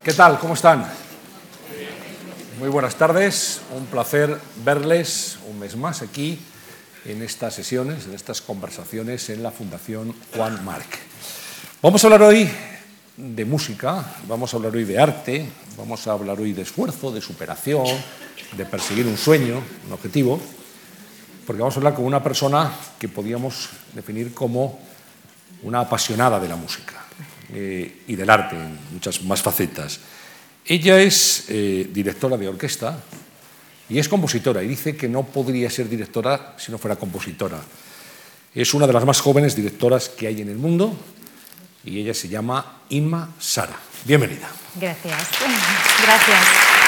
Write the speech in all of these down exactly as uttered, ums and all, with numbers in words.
¿Qué tal? ¿Cómo están? Muy buenas tardes. Un placer verles un mes más aquí en estas sesiones, en estas conversaciones en la Fundación Juan March. Vamos a hablar hoy de música, vamos a hablar hoy de arte, vamos a hablar hoy de esfuerzo, de superación, de perseguir un sueño, un objetivo, porque vamos a hablar con una persona que podíamos definir como una apasionada de la música eh, y del arte en muchas más facetas. Ella es eh, directora de orquesta y es compositora, y dice que no podría ser directora si no fuera compositora. Es una de las más jóvenes directoras que hay en el mundo y ella se llama Inma Sara. Bienvenida. Gracias. Gracias.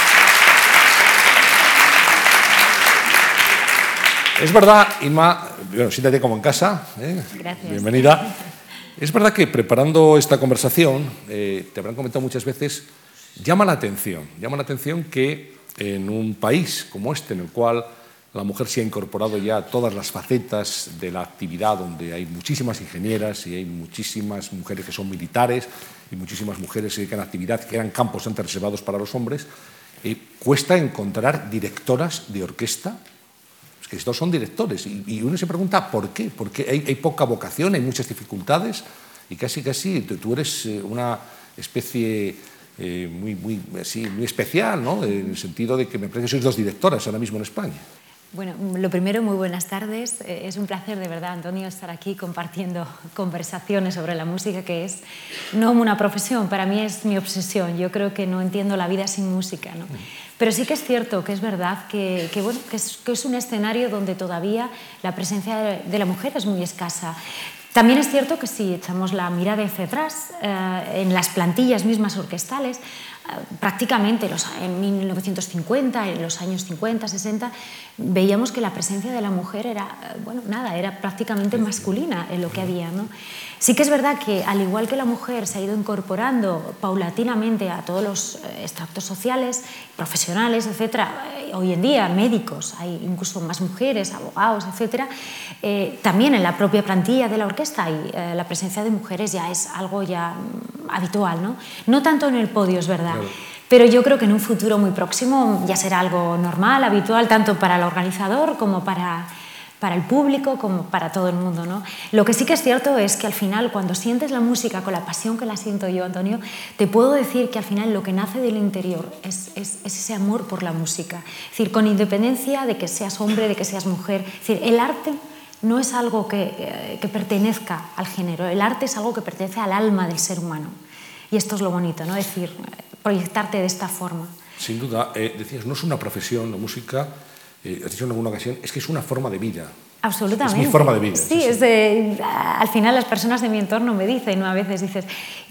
Es verdad, Inma, bueno, siéntate como en casa. ¿eh? Gracias. Bienvenida. Es verdad que preparando esta conversación, eh, te habrán comentado muchas veces, llama la atención, llama la atención que en un país como este, en el cual la mujer se ha incorporado ya a todas las facetas de la actividad, donde hay muchísimas ingenieras y hay muchísimas mujeres que son militares y muchísimas mujeres que se dedican a actividad que eran campos antes reservados para los hombres, eh, cuesta encontrar directoras de orquesta. Que estos son directores y, y uno se pregunta ¿por qué? Porque hay, hay poca vocación, hay muchas dificultades y casi casi tú, tú eres una especie eh, muy, muy, así, muy especial, ¿no? En el sentido de que me parece que sois dos directoras ahora mismo en España. Bueno, lo primero, muy buenas tardes. Es un placer, de verdad, Antonio, estar aquí compartiendo conversaciones sobre la música, que es no una profesión, para mí es mi obsesión. Yo creo que no entiendo la vida sin música, ¿no? Pero sí que es cierto, que es verdad, que, que, bueno, que, es, que es un escenario donde todavía la presencia de la mujer es muy escasa. También es cierto que si echamos la mirada hacia atrás, eh, en las plantillas mismas orquestales, eh, prácticamente los, en mil novecientos cincuenta, en los años cincuenta, sesenta, veíamos que la presencia de la mujer era, bueno, nada, era prácticamente masculina en lo que había, ¿no? Sí que es verdad que, al igual que la mujer se ha ido incorporando paulatinamente a todos los estratos sociales, profesionales, etcétera, hoy en día médicos, hay incluso más mujeres, abogados, etcétera, eh, también en la propia plantilla de la orquesta y eh, la presencia de mujeres ya es algo ya habitual, ¿no? No tanto en el podio, es verdad. Claro. Pero yo creo que en un futuro muy próximo ya será algo normal, habitual, tanto para el organizador como para, para el público, como para todo el mundo, ¿no? Lo que sí que es cierto es que al final, cuando sientes la música con la pasión que la siento yo, Antonio, te puedo decir que al final lo que nace del interior es, es, es ese amor por la música. Es decir, con independencia de que seas hombre, de que seas mujer. Es decir, el arte no es algo que, que pertenezca al género, el arte es algo que pertenece al alma del ser humano. Y esto es lo bonito, ¿no? Es decir, proyectarte de esta forma. Sin duda, eh, decías, no es una profesión, la música, eh, has dicho en alguna ocasión, es que es una forma de vida. Absolutamente. Es mi forma de vida. Sí, sí, sí. Es de, al final las personas de mi entorno me dicen, ¿no? A veces dices,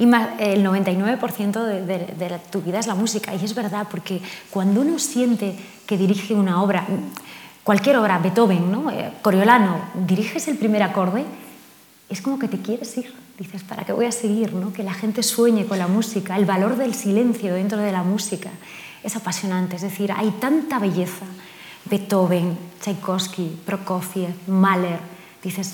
el noventa y nueve por ciento de, de, de la, tu vida es la música. Y es verdad, porque cuando uno siente que dirige una obra, cualquier obra, Beethoven, ¿no? eh, Coriolano, diriges el primer acorde, es como que te quieres ir. Dices, ¿para qué voy a seguir, ¿no? Que la gente sueñe con la música, el valor del silencio dentro de la música es apasionante. Es decir, hay tanta belleza. Beethoven, Tchaikovsky, Prokofiev, Mahler. Dices,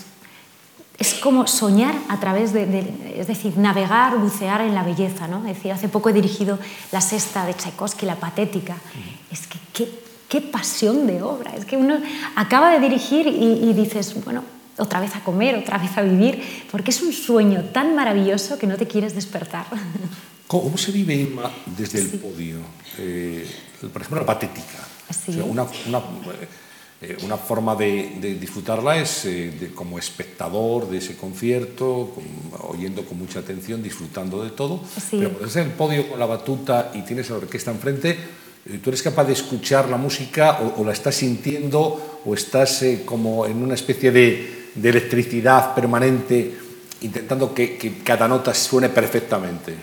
es como soñar a través de, de, es decir, navegar, bucear en la belleza, ¿no? Es decir, hace poco he dirigido la sexta de Tchaikovsky, la Patética. Mm. Es que qué, qué pasión de obra. Es que uno acaba de dirigir y, y dices, bueno, otra vez a comer, otra vez a vivir, porque es un sueño tan maravilloso que no te quieres despertar. ¿Cómo se vive, Inma, desde el sí. podio? Eh, por ejemplo, la Patética. Sí. O sea, una, una, eh, una forma de, de disfrutarla es eh, de, como espectador de ese concierto, con, oyendo con mucha atención, disfrutando de todo. Sí. Pero cuando estás en el podio con la batuta y tienes a la orquesta enfrente, ¿tú eres capaz de escuchar la música o, o la estás sintiendo o estás eh, como en una especie de, de electricidad permanente intentando que, que cada nota suene perfectamente?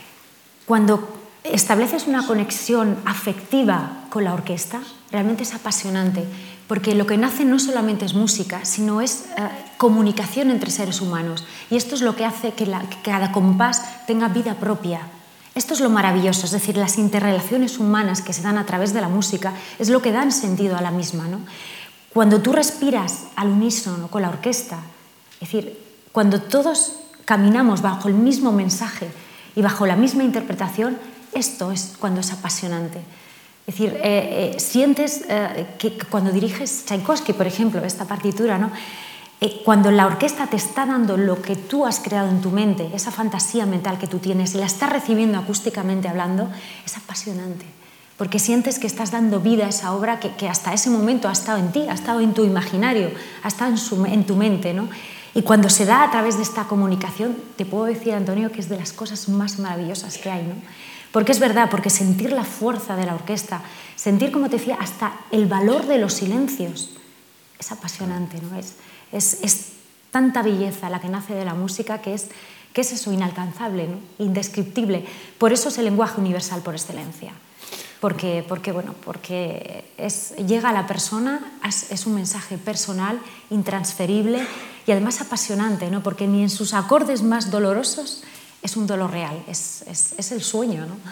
Cuando estableces una conexión afectiva con la orquesta, realmente es apasionante, porque lo que nace no solamente es música, sino es eh, comunicación entre seres humanos. Y esto es lo que hace que, la, que cada compás tenga vida propia. Esto es lo maravilloso, es decir, las interrelaciones humanas que se dan a través de la música es lo que dan sentido a la misma, ¿no? Cuando tú respiras al unísono con la orquesta, es decir, cuando todos caminamos bajo el mismo mensaje y bajo la misma interpretación, esto es cuando es apasionante. Es decir, eh, eh, sientes eh, que, que cuando diriges Tchaikovsky, por ejemplo, esta partitura, ¿no? Eh, cuando la orquesta te está dando lo que tú has creado en tu mente, esa fantasía mental que tú tienes, y la estás recibiendo acústicamente hablando, es apasionante. Porque sientes que estás dando vida a esa obra que, que hasta ese momento ha estado en ti, ha estado en tu imaginario, ha estado en, su, en tu mente, ¿no? Y cuando se da a través de esta comunicación, te puedo decir, Antonio, que es de las cosas más maravillosas que hay, ¿no? Porque es verdad, porque sentir la fuerza de la orquesta, sentir, como te decía, hasta el valor de los silencios, es apasionante, ¿no? Es, es, es tanta belleza la que nace de la música que es, que es eso, inalcanzable, ¿no? Indescriptible. Por eso es el lenguaje universal por excelencia. Porque, porque, bueno, porque es, llega a la persona, es, es un mensaje personal, intransferible y además apasionante, ¿no? Porque ni en sus acordes más dolorosos es un dolor real, es, es, es el sueño, ¿no?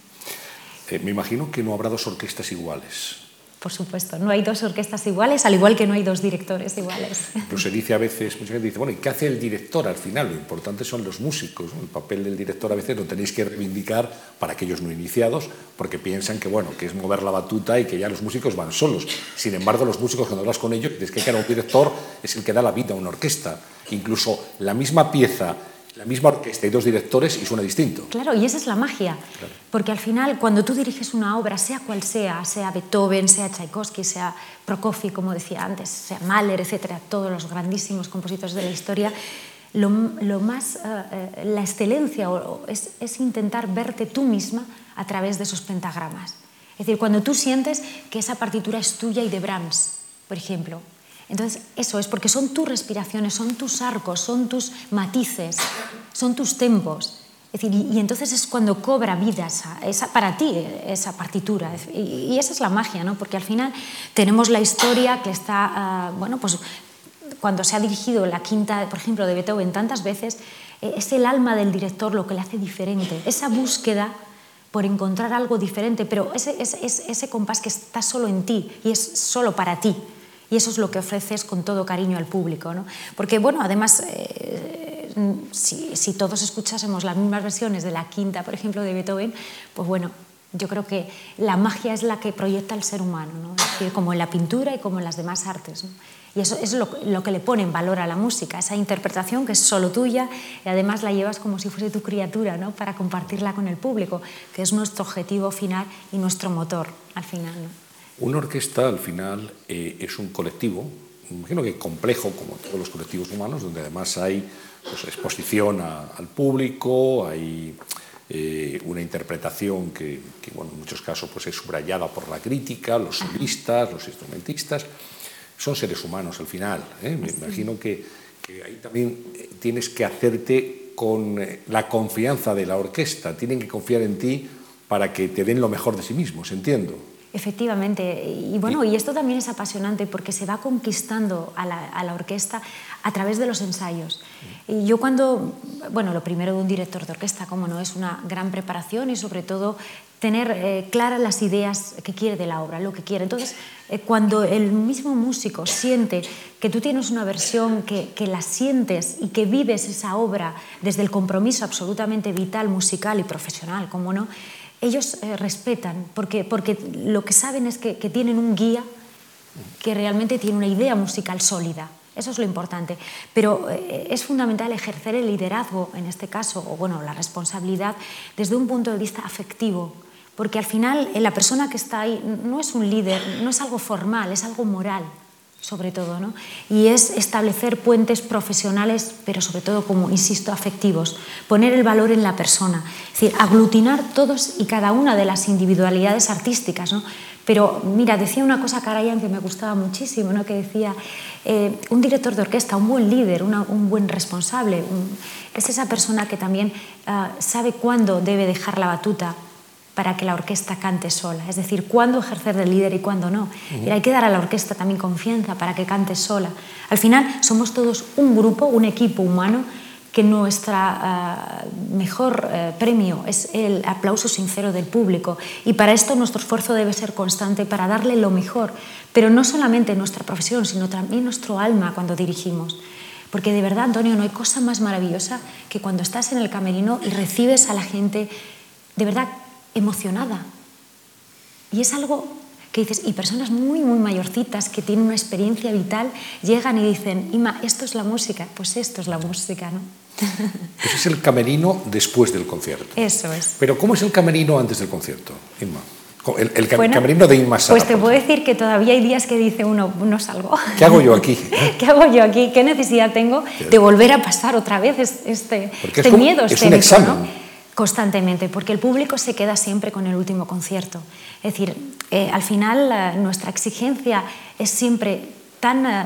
Eh, me imagino que no habrá dos orquestas iguales. Por supuesto, no hay dos orquestas iguales, al igual que no hay dos directores iguales. Pero se dice a veces, mucha gente dice, bueno, ¿y qué hace el director al final? Lo importante son los músicos, ¿no? El papel del director a veces lo tenéis que reivindicar para aquellos no iniciados, porque piensan que, bueno, que es mover la batuta y que ya los músicos van solos. Sin embargo, los músicos, cuando hablas con ellos, dices que claro, un director es el que da la vida a una orquesta. Incluso la misma pieza, la misma orquesta y dos directores y suena distinto. Claro, y esa es la magia, claro. Porque al final cuando tú diriges una obra, sea cual sea, sea Beethoven, sea Tchaikovsky, sea Prokofiev, como decía antes, sea Mahler, etcétera, todos los grandísimos compositores de la historia, lo, lo más, uh, la excelencia es, es intentar verte tú misma a través de esos pentagramas. Es decir, cuando tú sientes que esa partitura es tuya y de Brahms, por ejemplo. Entonces, eso es porque son tus respiraciones, son tus arcos, son tus matices, son tus tempos. Es decir, y, y entonces es cuando cobra vida esa, esa, para ti esa partitura. Y, y esa es la magia, ¿no? Porque al final tenemos la historia que está, uh, bueno, pues cuando se ha dirigido la quinta, por ejemplo, de Beethoven tantas veces, eh, es el alma del director lo que le hace diferente. Esa búsqueda por encontrar algo diferente, pero ese, ese, ese compás que está solo en ti y es solo para ti. Y eso es lo que ofreces con todo cariño al público, ¿no? Porque, bueno, además, eh, si, si todos escuchásemos las mismas versiones de la quinta, por ejemplo, de Beethoven, pues bueno, yo creo que la magia es la que proyecta el ser humano, ¿no? Es decir, como en la pintura y como en las demás artes, ¿no? Y eso es lo, lo que le pone en valor a la música, esa interpretación que es solo tuya y además la llevas como si fuese tu criatura, ¿no? Para compartirla con el público, que es nuestro objetivo final y nuestro motor al final, ¿no? Una orquesta, al final, eh, es un colectivo, me imagino que complejo, como todos los colectivos humanos, donde además hay pues, exposición a, al público, hay eh, una interpretación que, que bueno, en muchos casos pues, es subrayada por la crítica, los solistas, los instrumentistas. Son seres humanos, al final. ¿eh? Me imagino que, que ahí también tienes que hacerte con la confianza de la orquesta. Tienen que confiar en ti para que te den lo mejor de sí mismos, entiendo. Efectivamente, y bueno, y esto también es apasionante porque se va conquistando a la, a la orquesta a través de los ensayos. Y yo cuando, bueno, lo primero de un director de orquesta, como no, es una gran preparación y sobre todo tener eh, claras las ideas que quiere de la obra, lo que quiere. Entonces, eh, cuando el mismo músico siente que tú tienes una versión, que, que la sientes y que vives esa obra desde el compromiso absolutamente vital, musical y profesional, como no, ellos eh, respetan, porque, porque lo que saben es que, que tienen un guía que realmente tiene una idea musical sólida. Eso es lo importante. Pero eh, es fundamental ejercer el liderazgo, en este caso, o bueno, la responsabilidad, desde un punto de vista afectivo. Porque al final eh, la persona que está ahí no es un líder, no es algo formal, es algo moral, sobre todo, ¿no? Y es establecer puentes profesionales, pero sobre todo, como insisto, afectivos, poner el valor en la persona, es decir, aglutinar todos y cada una de las individualidades artísticas, ¿no? Pero mira, decía una cosa Karajan que me gustaba muchísimo, ¿no? Que decía, eh, un director de orquesta, un buen líder, una, un buen responsable, un, es esa persona que también uh, sabe cuándo debe dejar la batuta para que la orquesta cante sola, es decir, cuándo ejercer de líder y cuándo no. Uh-huh. Y hay que dar a la orquesta también confianza para que cante sola. Al final somos todos un grupo, un equipo humano, que nuestro uh, mejor uh, premio es el aplauso sincero del público. Y para esto nuestro esfuerzo debe ser constante para darle lo mejor, pero no solamente nuestra profesión, sino también nuestro alma cuando dirigimos. Porque de verdad, Antonio, no hay cosa más maravillosa que cuando estás en el camerino y recibes a la gente, de verdad, emocionada. Y es algo que dices, y personas muy, muy mayorcitas que tienen una experiencia vital llegan y dicen, Inma, esto es la música. Pues esto es la música, ¿no? Ese es el camerino después del concierto. Eso es. Pero ¿cómo es el camerino antes del concierto, Inma? El, el bueno, camerino de Inma Sara. Pues te puedo decir que todavía hay días que dice uno, no salgo. ¿Qué hago yo aquí? ¿Eh? ¿Qué hago yo aquí? ¿Qué necesidad tengo de volver a pasar otra vez este, este es como, miedo es escénico, un examen. ¿no? Constantemente, porque el público se queda siempre con el último concierto. Es decir, eh, al final eh, nuestra exigencia es siempre tan... Eh,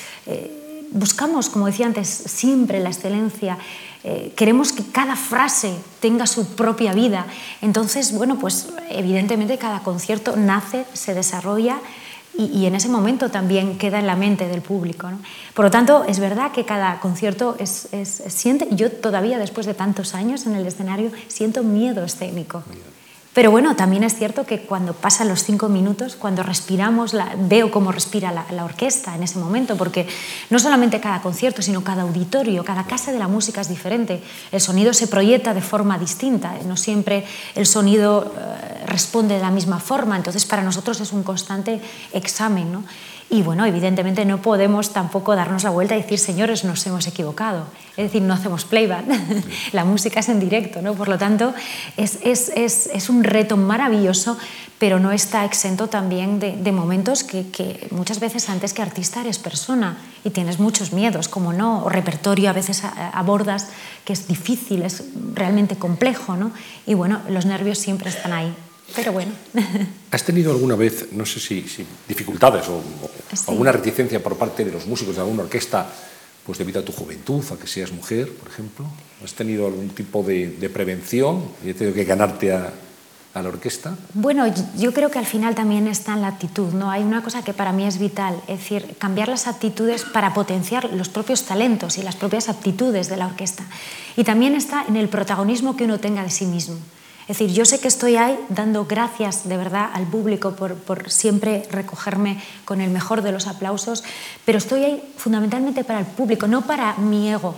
eh, buscamos, como decía antes, siempre la excelencia. Eh, queremos que cada frase tenga su propia vida. Entonces, bueno, pues evidentemente cada concierto nace, se desarrolla y, y en ese momento también queda en la mente del público, ¿no? Por lo tanto, es verdad que cada concierto es, es, es, siente, yo todavía después de tantos años en el escenario siento miedo escénico. Pero bueno, también es cierto que cuando pasan los cinco minutos, cuando respiramos, la, veo cómo respira la, la orquesta en ese momento, porque no solamente cada concierto, sino cada auditorio, cada casa de la música es diferente. El sonido se proyecta de forma distinta, no siempre el sonido eh, responde de la misma forma, entonces para nosotros es un constante examen, ¿no? Y bueno, evidentemente no podemos tampoco darnos la vuelta y decir, señores, nos hemos equivocado. Es decir, no hacemos playback, la música es en directo, ¿no? Por lo tanto, es, es, es, es un reto maravilloso, pero no está exento también de, de momentos que, que muchas veces antes que artista eres persona y tienes muchos miedos, como no, o repertorio a veces abordas que es difícil, es realmente complejo, ¿no? Y bueno, los nervios siempre están ahí. Pero bueno. ¿Has tenido alguna vez, no sé si, si dificultades o, o sí. alguna reticencia por parte de los músicos de alguna orquesta, pues debido a tu juventud, a que seas mujer, por ejemplo? ¿Has tenido algún tipo de, de prevención y has tenido que ganarte a, a la orquesta? Bueno, yo creo que al final también está en la actitud, ¿no? Hay una cosa que para mí es vital, es decir, cambiar las actitudes para potenciar los propios talentos y las propias aptitudes de la orquesta. Y también está en el protagonismo que uno tenga de sí mismo. Es decir, yo sé que estoy ahí dando gracias de verdad al público por, por siempre recogerme con el mejor de los aplausos, pero estoy ahí fundamentalmente para el público, no para mi ego.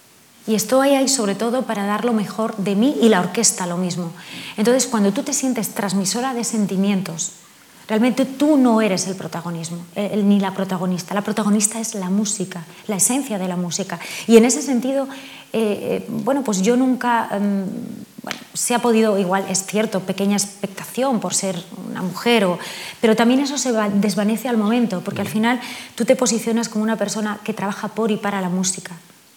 Y estoy ahí sobre todo para dar lo mejor de mí y la orquesta lo mismo. Entonces, cuando tú te sientes transmisora de sentimientos, realmente tú no eres el protagonismo, el, ni la protagonista. La protagonista es la música, la esencia de la música. Y en ese sentido, eh, bueno, pues yo nunca... Um, Bueno, se ha podido, igual es cierto, pequeña expectación por ser una mujer, o, pero también eso se va, desvanece al momento, porque al final tú te posicionas como una persona que trabaja por y para la música.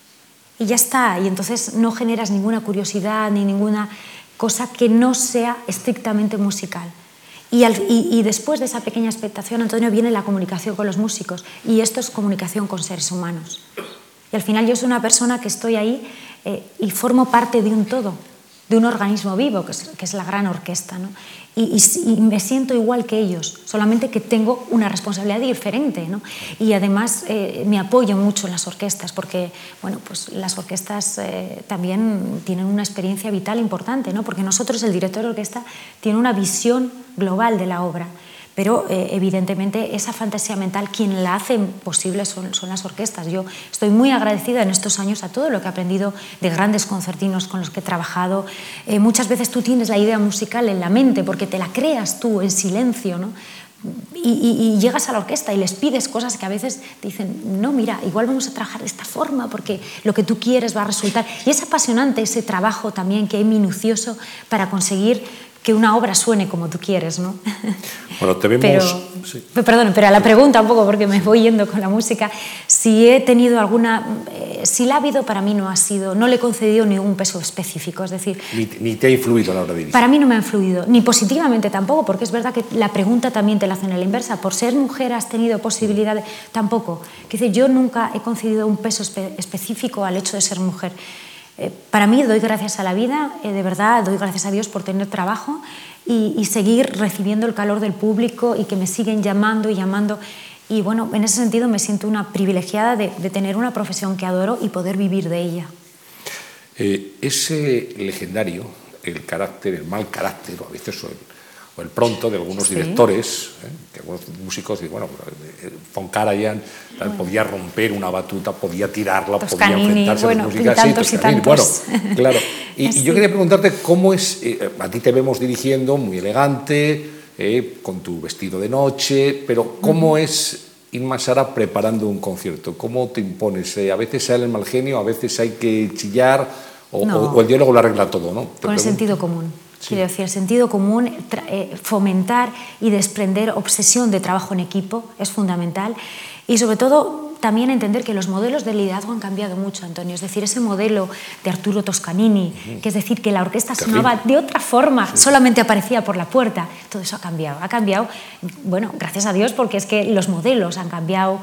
Y ya está, y entonces no generas ninguna curiosidad ni ninguna cosa que no sea estrictamente musical. Y, al, y, y después de esa pequeña expectación, Antonio, viene la comunicación con los músicos, y esto es comunicación con seres humanos. Y al final yo soy una persona que estoy ahí eh, y formo parte de un todo, de un organismo vivo, que es, que es la gran orquesta, ¿no? Y, y, y me siento igual que ellos, solamente que tengo una responsabilidad diferente, ¿no? Y además eh, me apoyo mucho en las orquestas, porque bueno, pues las orquestas eh, también tienen una experiencia vital importante, ¿no? Porque nosotros, el director de orquesta, tiene una visión global de la obra, pero eh, evidentemente esa fantasía mental quien la hace posible son, son las orquestas. Yo estoy muy agradecida en estos años a todo lo que he aprendido de grandes concertinos con los que he trabajado. Eh, muchas veces tú tienes la idea musical en la mente porque te la creas tú en silencio, ¿no? Y, y, y llegas a la orquesta y les pides cosas que a veces te dicen, no, mira, igual vamos a trabajar de esta forma porque lo que tú quieres va a resultar. Y es apasionante ese trabajo también que hay minucioso para conseguir que una obra suene como tú quieres, ¿no? Bueno, te vemos... Pero, sí. Perdón, pero a la pregunta un poco, porque me voy yendo con la música, si he tenido alguna... Eh, si la ha habido, para mí no ha sido... No le he concedido ningún peso específico, es decir... Ni, ni te ha influido a la hora de dirigir. Para mí no me ha influido, ni positivamente tampoco, porque es verdad que la pregunta también te la hacen a la inversa. Por ser mujer has tenido posibilidad de... Tampoco. Es decir, yo nunca he concedido un peso espe específico al hecho de ser mujer. Eh, para mí doy gracias a la vida, eh, de verdad doy gracias a Dios por tener trabajo y, y seguir recibiendo el calor del público y que me siguen llamando y llamando. Y bueno, en ese sentido me siento una privilegiada de, de tener una profesión que adoro y poder vivir de ella. Eh, ese legendario, el carácter, el mal carácter, o a veces o el, o el pronto de algunos sí. directores, ¿eh? Que algunos músicos, bueno, Von Karajan bueno. podía romper una batuta, podía tirarla, Toscanini, podía enfrentarse bueno, a las músicas. y tantos sí, y tantos. Bueno, claro. Y, sí. y yo quería preguntarte cómo es, eh, a ti te vemos dirigiendo muy elegante, eh, con tu vestido de noche, pero ¿cómo uh-huh. es Inma Sara preparando un concierto? ¿Cómo te impones? Eh, a veces sale el mal genio, a veces hay que chillar, o, no. o, o el diálogo lo arregla todo, ¿no? Te con pregunto. el sentido común. Sí. Quiero decir, el sentido común, eh, fomentar y desprender obsesión de trabajo en equipo es fundamental, y sobre todo también entender que los modelos de liderazgo han cambiado mucho, Antonio. Es decir, ese modelo de Arturo Toscanini, uh-huh. que es decir, que la orquesta Terrible. sonaba de otra forma, sí. solamente aparecía por la puerta, todo eso ha cambiado. Ha cambiado, bueno, gracias a Dios, porque es que los modelos han cambiado.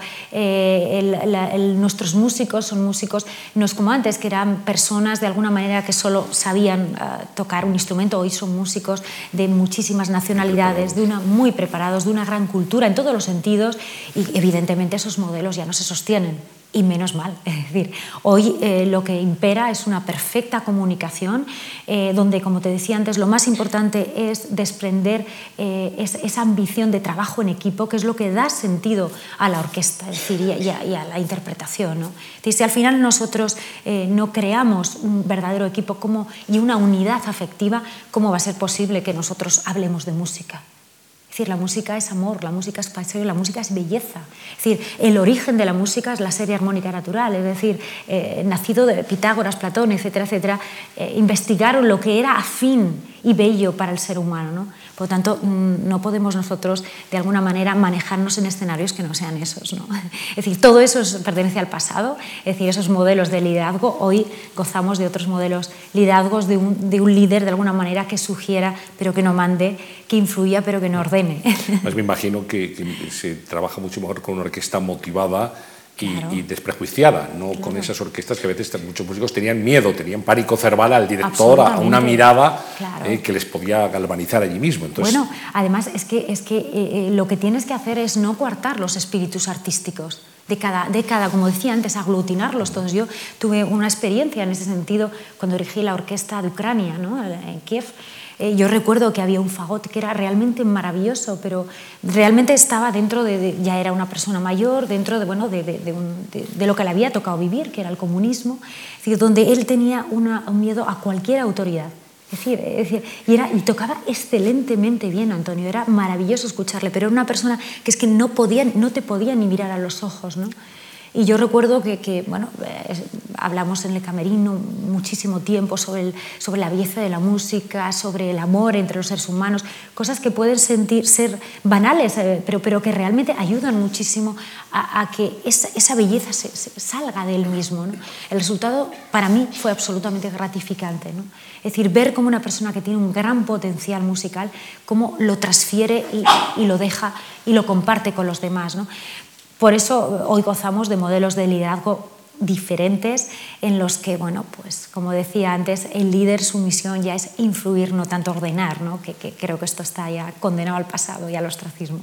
Eh, el, la, el, nuestros músicos son músicos, no es como antes, que eran personas de alguna manera que solo sabían uh, tocar un instrumento. Hoy son músicos de muchísimas nacionalidades, de una, muy preparados, de una gran cultura en todos los sentidos, y evidentemente esos modelos ya no se sostienen, y menos mal. Es decir, hoy eh, lo que impera es una perfecta comunicación, eh, donde, como te decía antes, lo más importante es desprender eh, es, esa ambición de trabajo en equipo, que es lo que da sentido a la orquesta, es decir, y, y, a, y a la interpretación, ¿no? Es decir, si al final nosotros eh, no creamos un verdadero equipo como, y una unidad afectiva, ¿cómo va a ser posible que nosotros hablemos de música? Es decir, la música es amor, la música es pasión, la música es belleza. Es decir, el origen de la música es la serie armónica natural, es decir, eh, nacido de Pitágoras, Platón, etcétera, etcétera, eh, investigaron lo que era afín y bello para el ser humano, ¿no? Por lo tanto, no podemos nosotros, de alguna manera, manejarnos en escenarios que no sean esos, ¿no? Es decir, todo eso es, pertenece al pasado, es decir, esos modelos de liderazgo. Hoy gozamos de otros modelos liderazgos, de un, de un líder, de alguna manera, que sugiera, pero que no mande, que influya, pero que no ordene. Pues me imagino que, que se trabaja mucho mejor con una orquesta motivada y, claro. y desprejuiciada, no claro. con esas orquestas que a veces muchos músicos tenían miedo, tenían pánico cerval al director, a una mirada claro. eh, que les podía galvanizar allí mismo. Entonces... Bueno, además es que, es que eh, lo que tienes que hacer es no coartar los espíritus artísticos de cada, de cada, como decía antes, aglutinarlos todos. Yo tuve una experiencia en ese sentido cuando dirigí la orquesta de Ucrania, ¿no? En Kiev. Eh, yo recuerdo que había un fagot que era realmente maravilloso, pero realmente estaba dentro de, de ya era una persona mayor, dentro de, bueno, de, de, de, un, de, de lo que le había tocado vivir, que era el comunismo, es decir, donde él tenía una, un miedo a cualquier autoridad. Es decir, es decir y, era, y tocaba excelentemente bien, Antonio, era maravilloso escucharle, pero era una persona que es que no, podía, no te podía ni mirar a los ojos, ¿no? Y yo recuerdo que, que bueno, eh, hablamos en el camerino muchísimo tiempo sobre, el, sobre la belleza de la música, sobre el amor entre los seres humanos, cosas que pueden sentir, ser banales, eh, pero, pero que realmente ayudan muchísimo a, a que esa, esa belleza se, se salga de él mismo, ¿no? El resultado para mí fue absolutamente gratificante, ¿no? Es decir, ver cómo una persona que tiene un gran potencial musical, cómo lo transfiere y, y lo deja y lo comparte con los demás, ¿no? Por eso hoy gozamos de modelos de liderazgo diferentes en los que, bueno, pues como decía antes, el líder, su misión ya es influir, no tanto ordenar, ¿no? Que, que creo que esto está ya condenado al pasado y al ostracismo.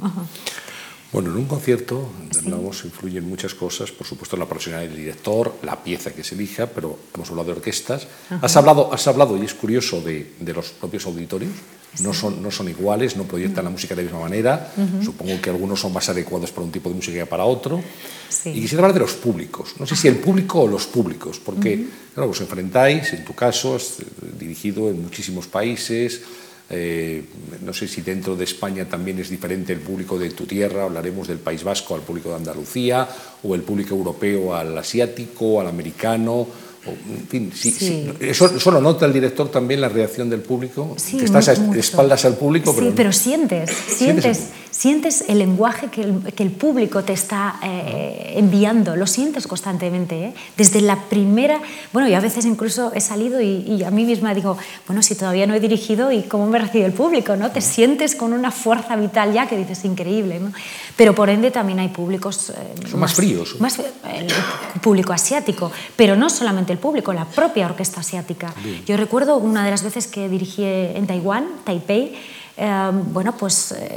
Bueno, en un concierto, de nuevo, se influyen muchas cosas, por supuesto la profesionalidad del director, la pieza que se elija, pero hemos hablado de orquestas. Uh-huh. Has hablado, has hablado, y es curioso, de, de los propios auditorios. Sí. No, son, no son iguales, no proyectan uh-huh. la música de la misma manera. Uh-huh. Supongo que algunos son más adecuados para un tipo de música que para otro. Sí. Y quisiera hablar de los públicos. No sé si el público o los públicos, porque uh-huh. claro, os enfrentáis, en tu caso, has dirigido en muchísimos países. Eh, no sé si dentro de España también es diferente el público de tu tierra, hablaremos del País Vasco al público de Andalucía, o el público europeo al asiático, al americano, o, en fin, sí, sí. Sí. Eso, eso lo nota el director también, la reacción del público, sí, que estás a espaldas al público. Sí, pero, pero sientes, sientes, sientes el lenguaje que el, que el público te está eh, enviando, lo sientes constantemente, ¿eh? Desde la primera, bueno, yo a veces incluso he salido y, y a mí misma digo, bueno, si todavía no he dirigido y cómo me recibe el público, ¿no? Te sientes con una fuerza vital ya que dices, increíble, ¿no? Pero por ende también hay públicos... Eh, Son más, más fríos. Más, el público asiático, pero no solamente el público, la propia orquesta asiática. Bien. Yo recuerdo una de las veces que dirigí en Taiwán, Taipei, eh, bueno, pues... Eh,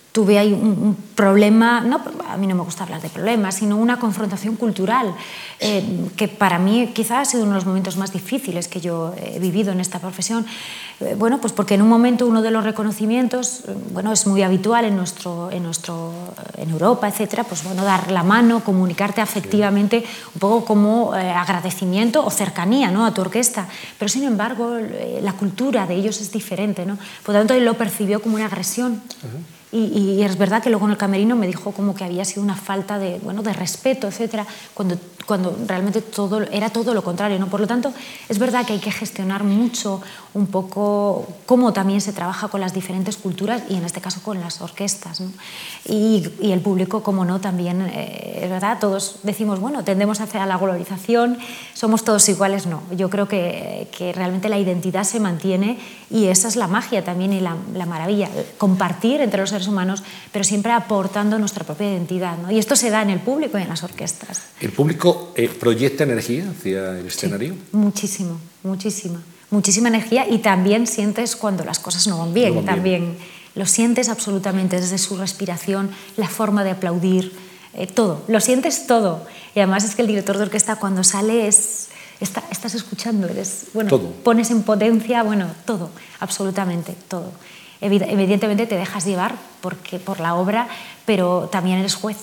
tuve ahí un, un problema, no, a mí no me gusta hablar de problemas, sino una confrontación cultural, eh, que para mí quizás ha sido uno de los momentos más difíciles que yo he vivido en esta profesión. Eh, bueno, pues porque en un momento uno de los reconocimientos, bueno, es muy habitual en, nuestro, en, nuestro, en Europa, etcétera, pues bueno, dar la mano, comunicarte afectivamente, un poco como eh, agradecimiento o cercanía, ¿no?, a tu orquesta. Pero sin embargo, eh, la cultura de ellos es diferente, ¿no? Por lo tanto, él lo percibió como una agresión. Uh-huh. Y, y es verdad que luego en el camerino me dijo como que había sido una falta de, bueno, de respeto, etcétera, cuando, cuando realmente todo, era todo lo contrario, ¿no? Por lo tanto, es verdad que hay que gestionar mucho un poco cómo también se trabaja con las diferentes culturas y en este caso con las orquestas, ¿no? Y, y el público, como no, también, eh, es verdad, todos decimos, bueno, tendemos hacia la glorización, somos todos iguales, no. Yo creo que, que realmente la identidad se mantiene y esa es la magia también y la, la maravilla, compartir entre los seres humanos, pero siempre aportando nuestra propia identidad, ¿no? Y esto se da en el público y en las orquestas. ¿El público eh, proyecta energía hacia el escenario? Sí, muchísimo, muchísima, muchísima energía, y también sientes cuando las cosas no van bien, no van también bien. Lo sientes absolutamente, desde su respiración, la forma de aplaudir, eh, todo, lo sientes todo. Y además es que el director de orquesta cuando sale es... Está, estás escuchando, eres, bueno, todo. Pones en potencia, bueno, todo, absolutamente todo. Evidentemente te dejas llevar porque, por la obra, pero también eres juez.